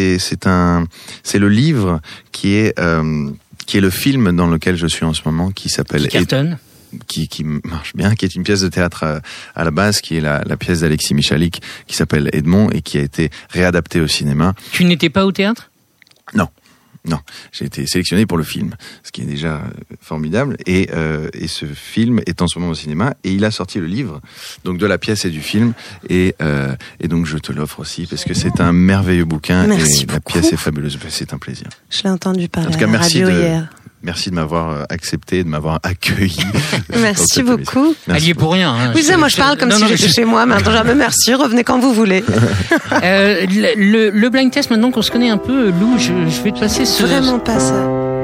Speaker 6: le livre qui est le film dans lequel je suis en ce moment, qui s'appelle
Speaker 1: Carton.
Speaker 6: Qui marche bien, qui est une pièce de théâtre à la base, qui est la pièce d'Alexis Michalik, qui s'appelle Edmond et qui a été réadaptée au cinéma.
Speaker 1: Tu n'étais pas au théâtre?
Speaker 6: Non, j'ai été sélectionné pour le film, ce qui est déjà formidable. Et ce film est en ce moment au cinéma et il a sorti le livre, donc de la pièce et du film. Et donc je te l'offre aussi parce que c'est un merveilleux bouquin.
Speaker 2: Merci
Speaker 6: et
Speaker 2: beaucoup.
Speaker 6: La pièce est fabuleuse. C'est un plaisir.
Speaker 2: Je l'ai entendu parler
Speaker 6: En tout cas,
Speaker 2: à la radio hier.
Speaker 6: Merci de m'avoir accepté, de m'avoir accueilli.
Speaker 2: Merci beaucoup.
Speaker 1: Elle y est pour rien. Hein.
Speaker 2: Oui, ça, moi je parle comme si j'étais chez moi. Maintenant, jamais merci. Revenez quand vous voulez.
Speaker 1: Le blind test, maintenant qu'on se connaît un peu, Lou, je vais te passer ce...
Speaker 2: Vraiment pas ça.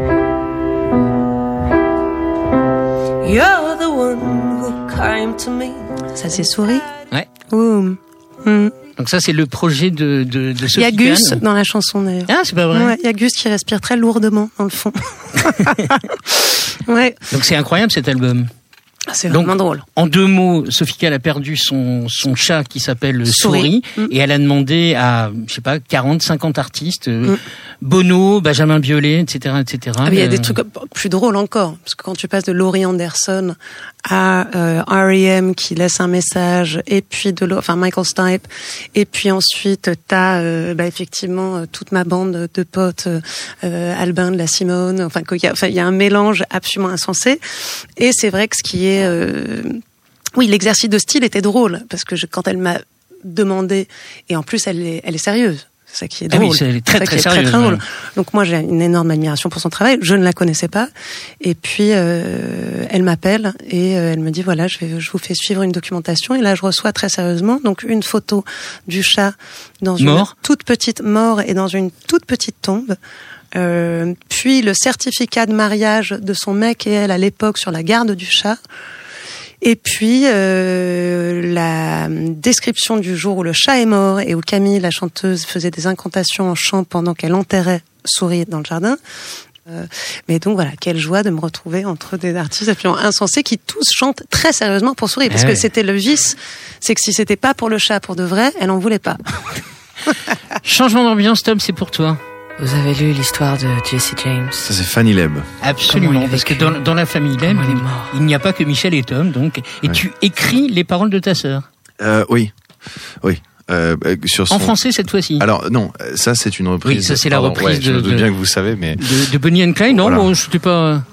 Speaker 2: You're the one who came to me. Ça, c'est Souris?
Speaker 1: Ouais.
Speaker 2: Ouh.
Speaker 1: Donc ça, c'est le projet de Sophie.
Speaker 2: Il y a Gus
Speaker 1: Kahn.
Speaker 2: dans la chanson d'ailleurs.
Speaker 1: Ah, c'est pas vrai.
Speaker 2: Ouais, il y a Gus qui respire très lourdement dans le fond. Ouais.
Speaker 1: Donc c'est incroyable cet album.
Speaker 2: C'est vraiment drôle.
Speaker 1: En 2 mots, Sophie Kahn a perdu son chat qui s'appelle Souris. Et elle a demandé à, je sais pas, 40, 50 artistes, Bono, Benjamin Biolay, etc., etc.
Speaker 2: Ah, mais il y a des trucs plus drôles encore. Parce que quand tu passes de Laurie Anderson à R.E.M. qui laisse un message, et puis Michael Stipe, et puis ensuite t'as effectivement toute ma bande de potes, Albin de la Simone, il y a un mélange absolument insensé. Et c'est vrai que ce qui est oui, l'exercice de style était drôle parce que quand elle m'a demandé, et en plus elle est sérieuse. C'est ça qui est drôle.
Speaker 1: Ah oui, c'est très très sérieux.
Speaker 2: Très drôle. Donc moi j'ai une énorme admiration pour son travail. Je ne la connaissais pas. Et puis elle m'appelle et elle me dit voilà, je vous fais suivre une documentation. Et là je reçois très sérieusement donc une photo du chat dans une toute petite mort et dans une toute petite tombe. Puis le certificat de mariage de son mec et elle à l'époque sur la garde du chat. Et puis la description du jour où le chat est mort et où Camille, la chanteuse, faisait des incantations en chant pendant qu'elle enterrait Souris dans le jardin. Mais donc voilà, quelle joie de me retrouver entre des artistes absolument insensés qui tous chantent très sérieusement pour Souris. Parce que c'était le vice, c'est que si c'était pas pour le chat, pour de vrai, elle en voulait pas.
Speaker 1: Changement d'ambiance, Tom, c'est pour toi.
Speaker 4: Vous avez lu l'histoire de Jesse James?
Speaker 6: Ça, c'est Fanny Leb.
Speaker 1: Absolument, parce que dans la famille Leb, il n'y a pas que Michel et Tom, donc, et tu écris les paroles de ta sœur.
Speaker 6: Oui.
Speaker 1: En français cette fois-ci.
Speaker 6: Alors non, ça c'est une reprise.
Speaker 1: Oui, ça c'est la reprise
Speaker 6: je me doute bien que vous savez, mais
Speaker 1: de Bonnie and Clyde. Non,
Speaker 6: voilà.
Speaker 1: bon, c'était pas.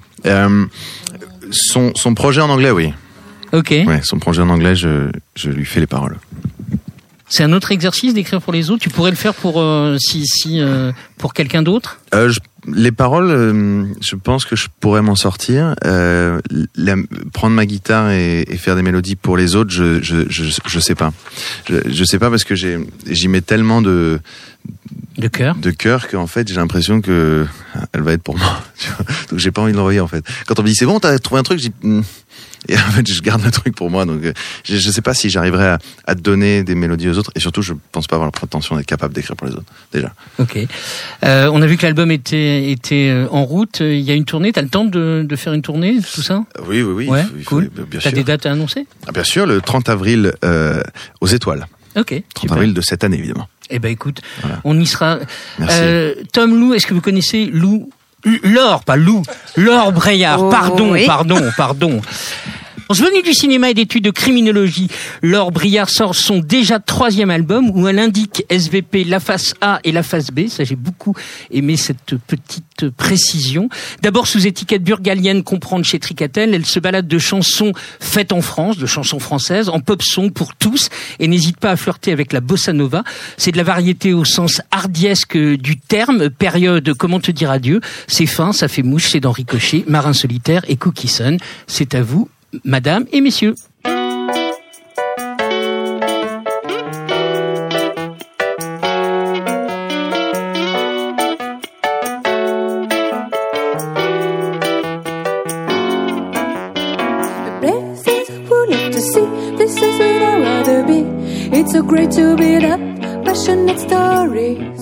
Speaker 6: Son projet en anglais, oui.
Speaker 1: Ok.
Speaker 6: Ouais, son projet en anglais, je lui fais les paroles.
Speaker 1: C'est un autre exercice d'écrire pour les autres. Tu pourrais le faire pour pour quelqu'un d'autre.
Speaker 6: Les paroles, je pense que je pourrais m'en sortir. Prendre ma guitare et faire des mélodies pour les autres, je sais pas. Je sais pas parce que j'y mets tellement de cœur qu'en fait j'ai l'impression que elle va être pour moi. Tu vois, donc j'ai pas envie de l'envoyer en fait. Quand on me dit c'est bon, t'as trouvé un truc, je dis et en fait je garde le truc pour moi. Donc je sais pas si j'arriverai à donner des mélodies aux autres et surtout je pense pas avoir la prétention d'être capable d'écrire pour les autres déjà.
Speaker 1: Ok. On a vu que l'album était en route. Il y a une tournée. T'as le temps de faire une tournée, tout ça? Oui.
Speaker 6: Ouais,
Speaker 1: cool.
Speaker 6: Bien
Speaker 1: T'as
Speaker 6: sûr.
Speaker 1: des dates à annoncer?
Speaker 6: Bien sûr, le 30 avril aux Étoiles.
Speaker 1: Ok.
Speaker 6: 30 avril de cette année évidemment.
Speaker 1: Eh ben écoute,
Speaker 6: voilà.
Speaker 1: On y sera.
Speaker 6: Merci.
Speaker 1: Tom Lou, est-ce que vous connaissez Laure Breillard.
Speaker 2: Oh,
Speaker 1: Pardon. Venue du cinéma et d'études de criminologie, Laure Briard sort son déjà 3e album où elle indique SVP la face A et la face B. Ça, j'ai beaucoup aimé cette petite précision. D'abord sous étiquette burgalienne, comprendre chez Tricatel, elle se balade de chansons faites en France, de chansons françaises, en pop song pour tous, et n'hésite pas à flirter avec la bossa nova. C'est de la variété au sens hardiesque du terme, période comment te dire adieu. C'est fin, ça fait mouche, c'est dans Ricochet, Marin solitaire et Cookie Sun. C'est à vous, Madame et messieurs.
Speaker 7: It's so great to build up passionate stories.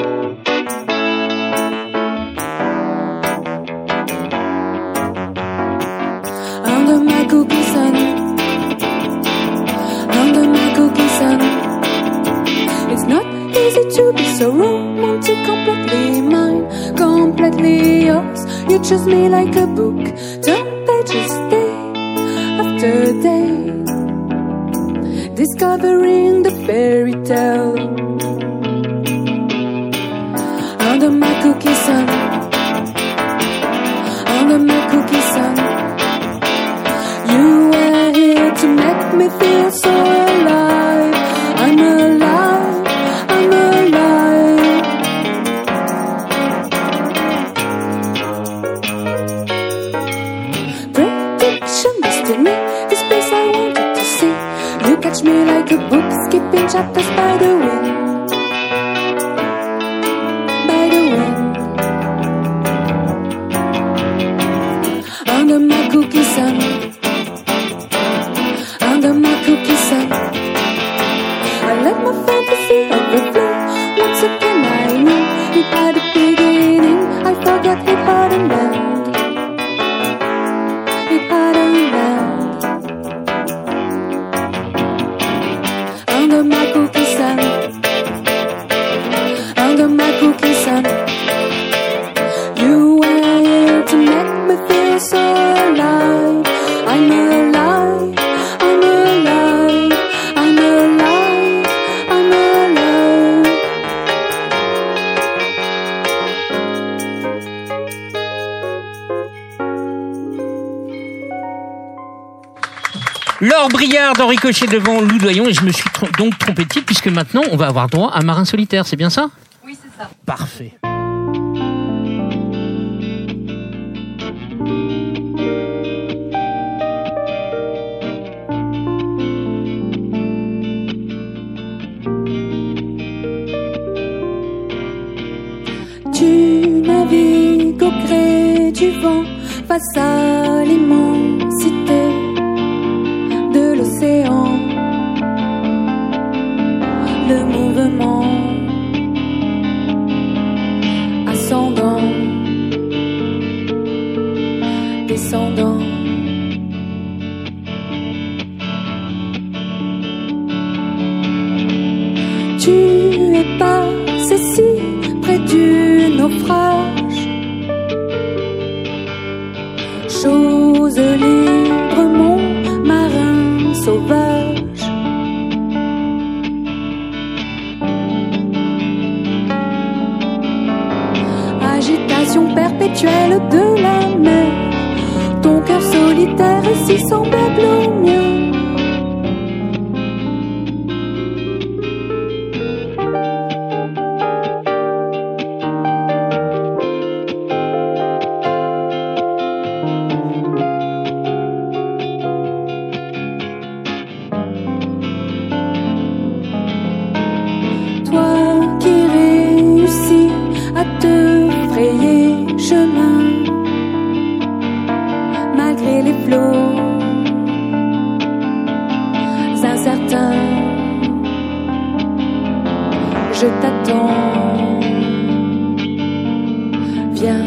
Speaker 7: Under my cookie sun, under my cookie sun. It's not easy to be so romantic, completely mine, completely yours. You choose me like a book, turn pages day after day. Discovering the fairy tale under my cookie sun, under my cookie sun. You were here to make me feel so alive. I'm alive, I'm alive. Prediction, destiny, this place I wanted to see. You catch me like a book, skipping chapters by the wind, by the wind. Under my cookie sun, under my cookie sun. I let my fantasy overflow. Once again I knew it had a beginning. I forgot it had an end. It had an end. Under my cookie sun, under my cookie sun. You were here to make me feel so alive. I'm alive, I'm alive, I'm alive, I'm alive.
Speaker 1: Laure Briard dans Ricochet devant Lou Doyon, et je me suis donc trompé de titre puisque maintenant on va avoir droit à Marin solitaire, c'est bien ça ?
Speaker 8: Oui, c'est ça.
Speaker 1: Parfait.
Speaker 7: Tu navigues au gré du vent face à l'immensité de l'océan. Le mouvement ascendant, descendant. Tu es passé si près du naufrage, chose libre, mon marin sauvage. Agitation perpétuelle de la mer, ton cœur solitaire est si semblable au mien. Je t'attends, viens.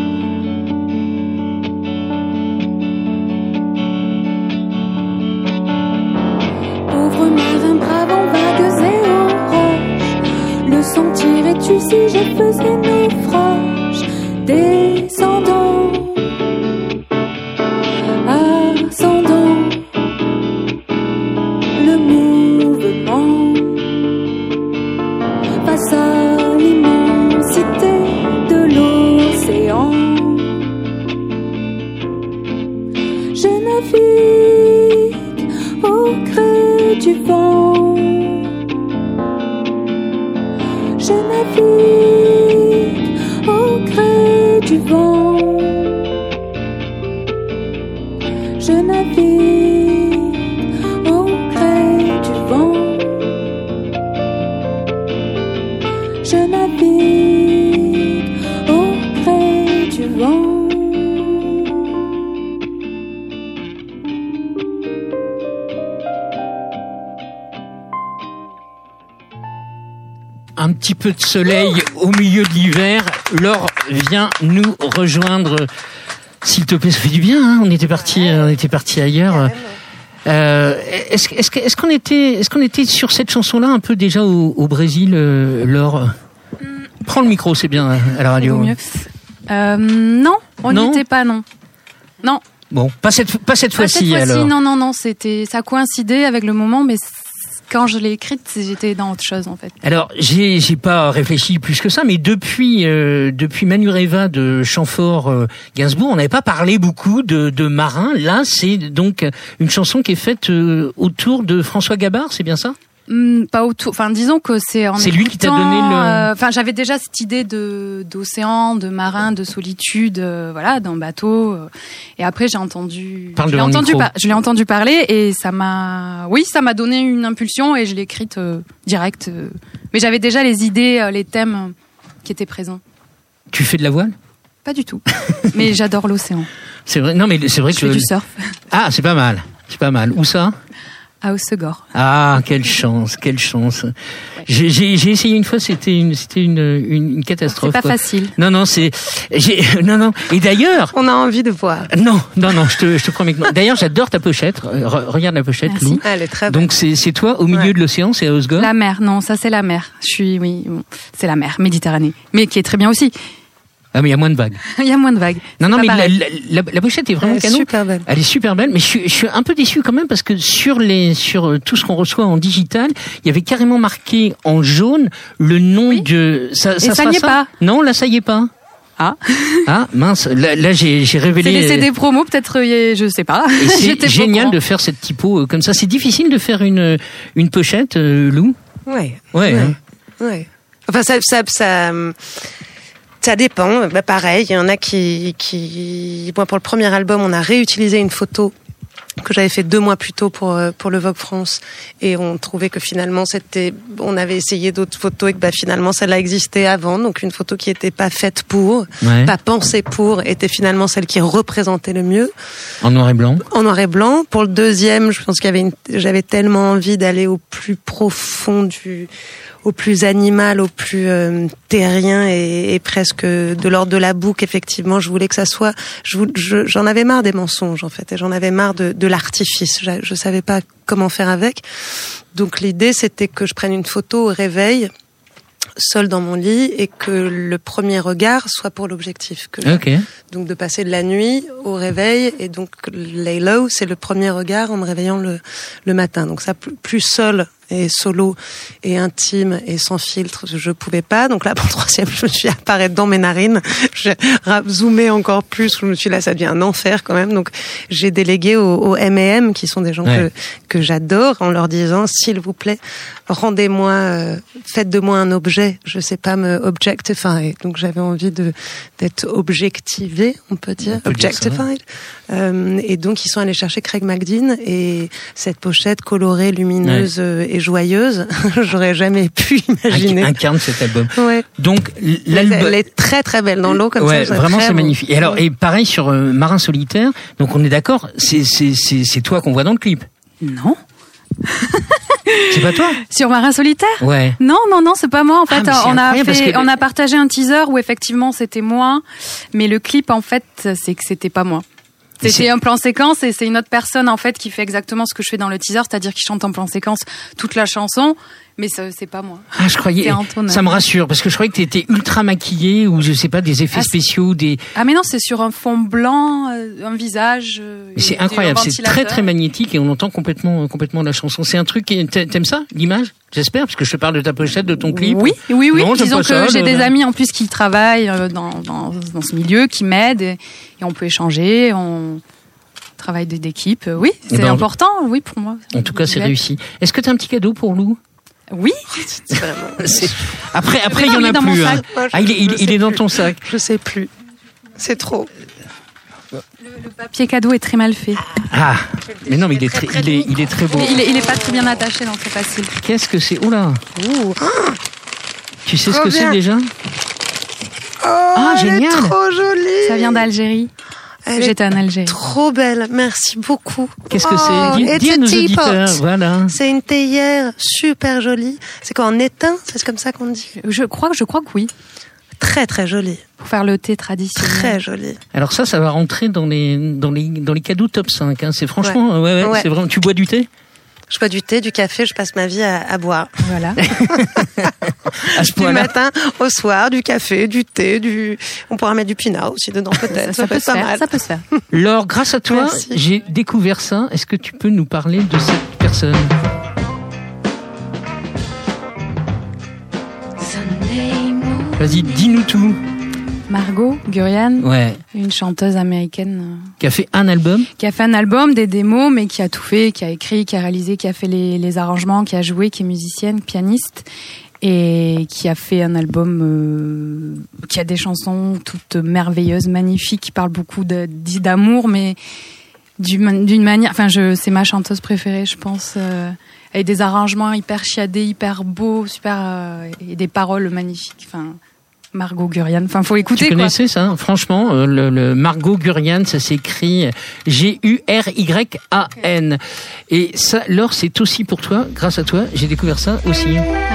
Speaker 7: Pauvre marin brave en vagues et orages, le sentirais-tu si je faisais naufrage? Descendant, ascendant, navigue au gré du vent. Je navigue au gré du vent. Je navigue au gré du vent.
Speaker 1: Un petit peu de soleil au milieu de l'hiver. Laure vient nous rejoindre. S'il te plaît, ça fait du bien. Hein, on était parti ailleurs. Est-ce qu'on était sur cette chanson-là un peu déjà au Brésil, Laure? Prends le micro, c'est bien à la radio.
Speaker 8: Mieux. Non, on n'y était pas, non. Non.
Speaker 1: Bon, pas cette fois-ci alors.
Speaker 8: Non, ça coïncidait avec le moment, mais quand je l'ai écrite, j'étais dans autre chose en fait.
Speaker 1: Alors, j'ai pas réfléchi plus que ça, mais depuis Manureva de Chamfort Gainsbourg, on n'avait pas parlé beaucoup de marins. Là, c'est donc une chanson qui est faite autour de François Gabard, c'est bien ça?
Speaker 8: Pas autour. Enfin, disons que c'est
Speaker 1: lui qui t'a donné le.
Speaker 8: Enfin, j'avais déjà cette idée d'océan, de marin, de solitude, voilà, d'un bateau. Et après, je l'ai entendu parler et ça m'a donné une impulsion et je l'ai écrite direct. Mais j'avais déjà les idées, les thèmes qui étaient présents.
Speaker 1: Tu fais de la voile?
Speaker 8: Pas du tout. Mais j'adore l'océan.
Speaker 1: C'est vrai. Non, mais c'est vrai
Speaker 8: je fais du surf.
Speaker 1: Ah, c'est pas mal. Où ça?
Speaker 8: À Hossegor.
Speaker 1: Ah, quelle chance. Ouais. J'ai essayé une fois, c'était une catastrophe.
Speaker 8: C'est pas facile.
Speaker 1: Non. Et d'ailleurs.
Speaker 2: On a envie de voir.
Speaker 1: Non, je te promets que non. D'ailleurs, j'adore ta pochette. Regarde la pochette,
Speaker 8: merci.
Speaker 1: Lou.
Speaker 2: Elle est très belle.
Speaker 1: Donc c'est toi au milieu de l'océan, c'est à Hossegor?
Speaker 8: La mer, non, ça c'est la mer. C'est la mer, Méditerranée. Mais qui est très bien aussi.
Speaker 1: Ah, mais il y a moins de vagues.
Speaker 8: Il y a moins de vagues.
Speaker 1: Non, mais la pochette est vraiment canon.
Speaker 2: Super belle.
Speaker 1: Elle est super belle, mais je suis un peu déçu quand même parce que sur tout ce qu'on reçoit en digital, il y avait carrément marqué en jaune le nom de ça.
Speaker 8: Et ça n'y est pas.
Speaker 1: Non, là ça y est pas.
Speaker 8: Ah
Speaker 1: mince, là j'ai révélé.
Speaker 8: C'est laissé des promos, peut-être, je sais pas.
Speaker 1: Et c'est génial de faire cette typo comme ça. C'est difficile de faire une pochette, Lou.
Speaker 2: Ouais.
Speaker 1: Ouais.
Speaker 2: Enfin ça dépend. Bah, pareil, il y en a qui... Moi, pour le premier album, on a réutilisé une photo que j'avais fait 2 mois plus tôt pour le Vogue France, et on trouvait que finalement on avait essayé d'autres photos et que finalement celle-là existait avant, donc une photo qui était pas faite pour, pas pensée pour, était finalement celle qui représentait le mieux.
Speaker 1: En noir et blanc.
Speaker 2: Pour le deuxième, je pense j'avais tellement envie d'aller au plus profond au plus animal, au plus terrien et presque de l'ordre de la boucle. Effectivement, je voulais que ça soit. J'en avais marre des mensonges en fait, et j'en avais marre de l'artifice. Je savais pas comment faire avec. Donc l'idée, c'était que je prenne une photo au réveil, seule dans mon lit, et que le premier regard soit pour l'objectif. Donc de passer de la nuit au réveil, et donc lay low, c'est le premier regard en me réveillant le matin. Donc ça, plus seul et solo et intime et sans filtre, je pouvais pas. Donc là, pour le troisième, je me suis apparaître dans mes narines. J'ai zoomé encore plus. Je me suis dit, là, ça devient un enfer quand même. Donc j'ai délégué aux M&M, qui sont des gens que j'adore, en leur disant, s'il vous plaît, faites de moi un objet. Je sais pas me objectify. Donc j'avais envie d'être objectivée, on peut dire, objectified. Et donc ils sont allés chercher Craig McDean, et cette pochette colorée, lumineuse et joyeuse, j'aurais jamais pu imaginer.
Speaker 1: Incarne cet album.
Speaker 2: Ouais.
Speaker 1: Donc
Speaker 2: l'album, elle est très très belle dans l'eau comme ça.
Speaker 1: Vraiment c'est magnifique. Et alors, et pareil sur Marin solitaire. Donc on est d'accord, c'est toi qu'on voit dans le clip.
Speaker 8: Non.
Speaker 1: C'est pas toi?
Speaker 8: Sur Marin solitaire?
Speaker 1: Ouais.
Speaker 8: Non, c'est pas moi en fait. On a partagé un teaser où effectivement c'était moi, mais le clip en fait c'est que c'était pas moi. C'était un plan séquence, et c'est une autre personne en fait qui fait exactement ce que je fais dans le teaser, c'est-à-dire qu'il chante en plan séquence toute la chanson, mais c'est pas moi.
Speaker 1: Ah, je croyais. Ça me rassure, parce que je croyais que t'étais ultra maquillée, ou je sais pas, des effets spéciaux,
Speaker 8: Ah mais non, c'est sur un fond blanc, un visage.
Speaker 1: Mais c'est incroyable, c'est très très magnétique, et on entend complètement la chanson. C'est un truc t'aimes ça, l'image? J'espère, parce que je te parle de ta pochette, de ton clip.
Speaker 8: Oui.
Speaker 1: Non,
Speaker 8: disons que j'ai des amis en plus qui travaillent dans ce milieu, qui m'aident, et on peut échanger, on travaille d'équipe. Oui, c'est important, oui, pour moi.
Speaker 1: En tout cas, c'est réussi. Est-ce que t'as un petit cadeau pour Lou?
Speaker 8: Oui.
Speaker 1: Après, il y en a plus. Hein. Il est dans ton sac.
Speaker 2: Je sais plus. C'est trop.
Speaker 8: Le papier cadeau est très mal fait.
Speaker 1: Ah, mais non, mais il est très beau.
Speaker 8: Il est pas très bien attaché, donc c'est facile.
Speaker 1: Qu'est-ce que c'est? Oula. Tu sais ce que c'est déjà?
Speaker 2: Génial. Elle est trop jolie.
Speaker 8: Ça vient d'Algérie. J'étais en Algérie.
Speaker 2: Trop belle, merci beaucoup.
Speaker 1: Qu'est-ce que c'est? Dis à nos auditeurs. Voilà.
Speaker 2: C'est une théière super jolie. C'est quoi, en étain? C'est comme ça qu'on dit?
Speaker 8: Je crois que oui.
Speaker 2: Très très jolie.
Speaker 8: Pour faire le thé traditionnel.
Speaker 2: Très jolie.
Speaker 1: Alors ça va rentrer dans les cadeaux top 5. Hein. C'est franchement, ouais. C'est vraiment. Tu bois du thé?
Speaker 2: Je bois du thé, du café, je passe ma vie à boire.
Speaker 8: Voilà.
Speaker 2: Du matin au soir, du café, du thé, on pourra mettre du pinard aussi dedans peut-être.
Speaker 8: Ça peut se faire. Ça peut se faire.
Speaker 1: Laure, grâce à toi, j'ai découvert ça. Est-ce que tu peux nous parler de cette personne? Vas-y, dis-nous tout.
Speaker 8: Margot Gurian,
Speaker 1: ouais.
Speaker 8: Une chanteuse américaine
Speaker 1: qui a fait un album,
Speaker 8: des démos, mais qui a tout fait, qui a écrit, qui a réalisé, qui a fait les arrangements, qui a joué, qui est musicienne, pianiste, et qui a fait un album qui a des chansons toutes merveilleuses, magnifiques, qui parlent beaucoup d'amour, mais d'une manière, c'est ma chanteuse préférée, je pense, avec des arrangements hyper chiadés, hyper beaux, super, et des paroles magnifiques, Margot Gurian, faut écouter.
Speaker 1: Tu connaissais ça, franchement, le Margot Gurian, ça s'écrit Guryan. Et ça, Laure, c'est aussi pour toi, grâce à toi, j'ai découvert ça aussi.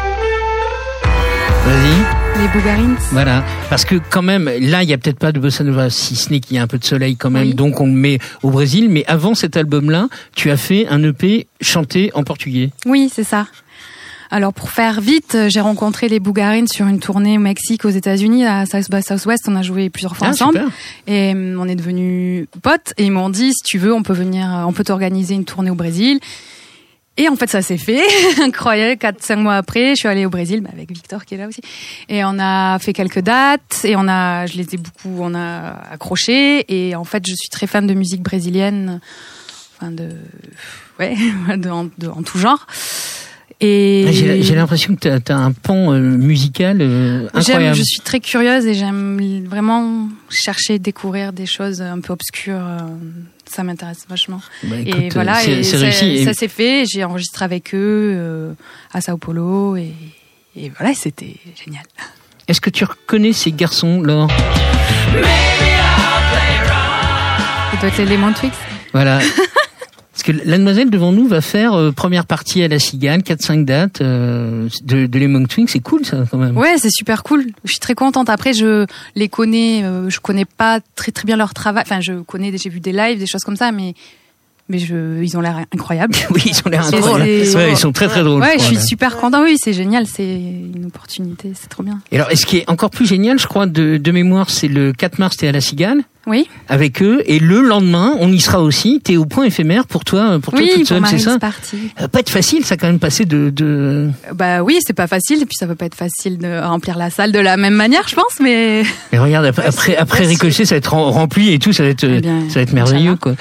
Speaker 1: Vas-y.
Speaker 8: Les Bougarins.
Speaker 1: Voilà, parce que quand même, là, il y a peut-être pas de bossa nova, si ce n'est qu'il y a un peu de soleil quand même, donc on le met au Brésil. Mais avant cet album-là, tu as fait un EP chanté en portugais.
Speaker 8: Oui, c'est ça. Alors pour faire vite, j'ai rencontré les Bougarins sur une tournée au Mexique, aux États-Unis, à South by Southwest. On a joué plusieurs fois ensemble,
Speaker 1: super.
Speaker 8: Et on est devenus potes. Et ils m'ont dit, si tu veux, on peut t'organiser une tournée au Brésil. Et en fait, ça s'est fait. Incroyable. 4-5 mois après, je suis allée au Brésil, avec Victor qui est là aussi. Et on a fait quelques dates. Et on a accroché. Et en fait, je suis très fan de musique brésilienne. En tout genre. Et
Speaker 1: j'ai l'impression que t'as un pan musical incroyable.
Speaker 8: Je suis très curieuse et j'aime vraiment chercher, découvrir des choses un peu obscures. Ça m'intéresse vachement.
Speaker 1: Écoute,
Speaker 8: et voilà,
Speaker 1: c'est réussi.
Speaker 8: Ça s'est fait. J'ai enregistré avec eux à Sao Paulo et voilà, c'était génial.
Speaker 1: Est-ce que tu reconnais ces garçons, Laure?
Speaker 8: Ça doit être les Lemon Twigs.
Speaker 1: Voilà. Parce que la demoiselle devant nous va faire première partie à la Cigale, 4-5 dates de Lemon Twigs. C'est cool ça quand même.
Speaker 8: Ouais, c'est super cool. Je suis très contente. Après, je les connais. Je connais pas très très bien leur travail. J'ai vu des lives, des choses comme ça, mais ils ont l'air incroyables.
Speaker 1: Oui, ils ont l'air incroyables. Ils sont très très drôles.
Speaker 8: Ouais, je suis super contente. Oui, c'est génial. C'est une opportunité. C'est trop bien.
Speaker 1: Et alors, ce qui est encore plus génial, je crois, de mémoire, c'est le 4 mars, t'es à la Cigale.
Speaker 8: Oui.
Speaker 1: Avec eux, et le lendemain, on y sera aussi. T'es au point éphémère pour toi toute seule, c'est ça?
Speaker 8: Partie.
Speaker 1: Ça va pas être facile, ça quand même passer de.
Speaker 8: Bah oui, c'est pas facile, et puis ça va pas être facile de remplir la salle de la même manière, je pense, mais.
Speaker 1: Mais regarde, après Ricochet, ça va être rempli et tout, ça va être merveilleux, quoi.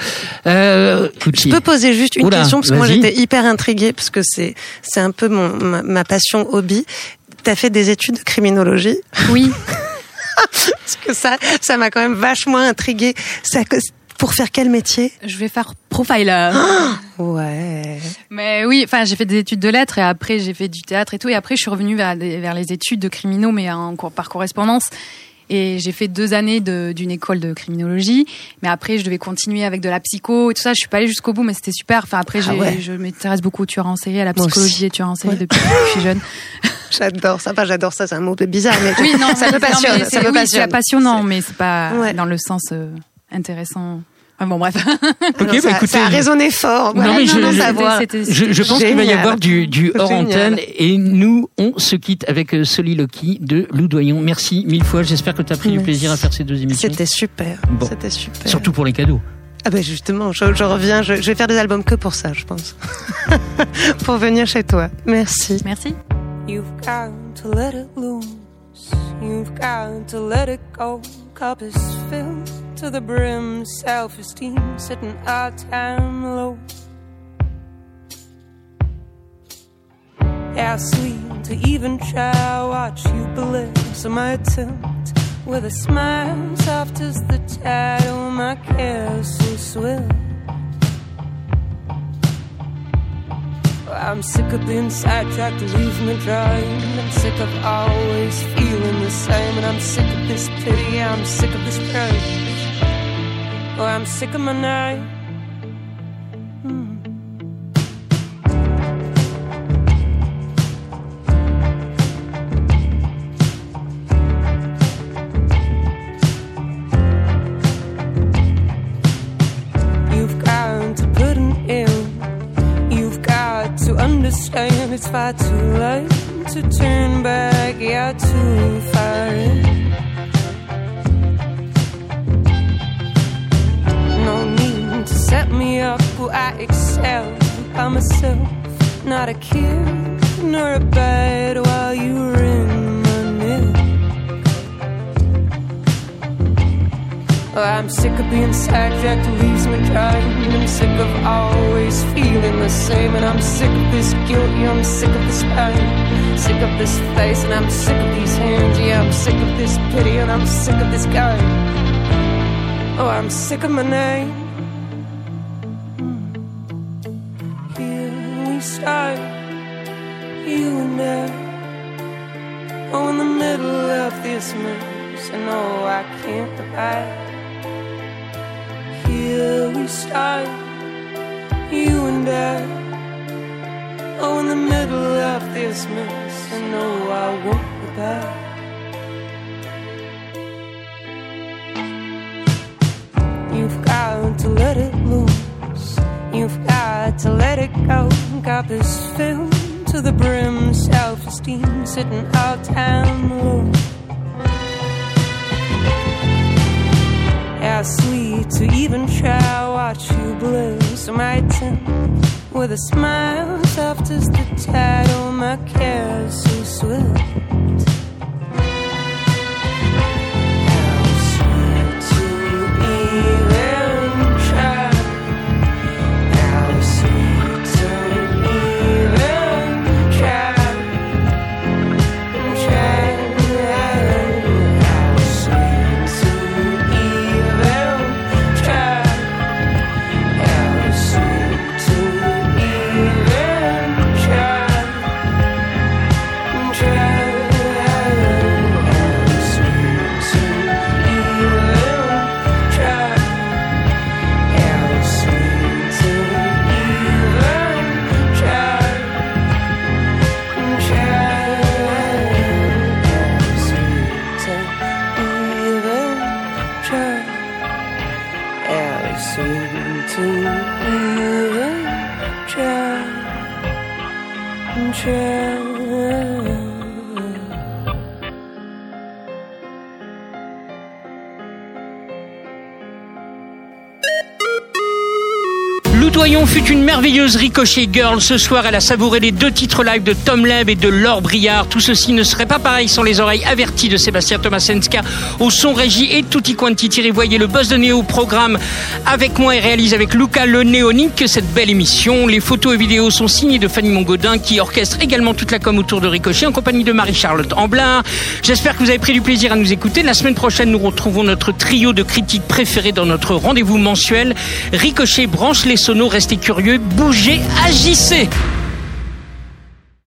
Speaker 2: Je peux poser juste une question, parce que moi j'étais hyper intriguée, parce que c'est un peu ma passion hobby. T'as fait des études de criminologie?
Speaker 8: Oui.
Speaker 2: Parce que ça m'a quand même vachement intriguée. Pour faire quel métier?
Speaker 8: Je vais faire profiler.
Speaker 2: Ouais.
Speaker 8: Mais oui, j'ai fait des études de lettres et après j'ai fait du théâtre et tout. Et après je suis revenue vers les études de criminaux, mais par correspondance. Et j'ai fait 2 années d'une école de criminologie. Mais après, je devais continuer avec de la psycho et tout ça. Je suis pas allée jusqu'au bout, mais c'était super. Après, je m'intéresse beaucoup aux tueurs en série, à la psychologie des tueurs en série depuis que je suis jeune.
Speaker 2: J'adore ça. J'adore ça. C'est un mot bizarre, mais
Speaker 8: oui, non, ça me passionne.
Speaker 2: C'est
Speaker 8: passionnant, mais c'est pas dans le sens intéressant. Bon, bref.
Speaker 1: Okay,
Speaker 2: ça a résonné fort.
Speaker 1: Non, mais je pense qu'il va y avoir du hors antenne et nous, on se quitte avec Soliloquy de Lou Doyon. Merci 1000 fois. J'espère que tu as pris du plaisir à faire ces 2 émissions.
Speaker 2: C'était super.
Speaker 1: Bon.
Speaker 2: C'était super.
Speaker 1: Surtout pour les cadeaux.
Speaker 2: Ah ben justement, je reviens. Je vais faire des albums que pour ça, je pense. Pour venir chez toi. Merci.
Speaker 8: Merci.
Speaker 7: You've got to let it loose. You've got to let it go. Cup is filled to the brim, self-esteem sitting our time low.
Speaker 5: How sweet to even try, watch you bless my attempt with a smile soft as the tide. Oh, my cares so swift. I'm sick of being sidetracked, leaving me dry. I'm sick of always feeling the same. And I'm sick of this pity, I'm sick of this praise. Oh, I'm sick of my night. Understand it's far too late to turn back, yeah, too far in. No need to set me up, well, I excel by myself. Not a kid nor a bed while you were in my neck. Oh, I'm sick of being sidetracked, leaves me dry. I'm sick of always feeling the same. And I'm sick of this guilt, yeah, I'm sick of this pain. Sick of this face, and I'm sick of these hands. Yeah, I'm sick of this pity, and I'm sick of this guy. Oh, I'm sick of my name. Here we start, you and I. Oh, in the middle of this mess, and oh, I can't abide. Here we start, you and I. Oh, in the middle of this mess, and no, I won't be back. You've got to let it loose. You've got to let it go. Got this filled to the brim, self-esteem sitting all time low. How sweet to even try, watch you bless my attempt with a smile soft as the tide. Oh, my cares so swift. How sweet to even try. How sweet to even try.
Speaker 1: Loudoyon fut une merveilleuse Ricochet Girl. Ce soir, elle a savouré les 2 titres live de Tom Leb et de Laure Briard. Tout ceci ne serait pas pareil sans les oreilles averties de Sébastien Tomasenska au son régie et tutti quanti. Voyez le Buzz de Néo au programme avec moi et réalise avec Luca le Néonique cette belle émission. Les photos et vidéos sont signées de Fanny Mongaudin qui orchestre également toute la com autour de Ricochet en compagnie de Marie-Charlotte Amblard. J'espère que vous avez pris du plaisir à nous écouter. La semaine prochaine, nous retrouvons notre trio de critiques préférés dans notre rendez-vous mensuel. Ricochet branche les sonos, restez curieux, bougez, agissez.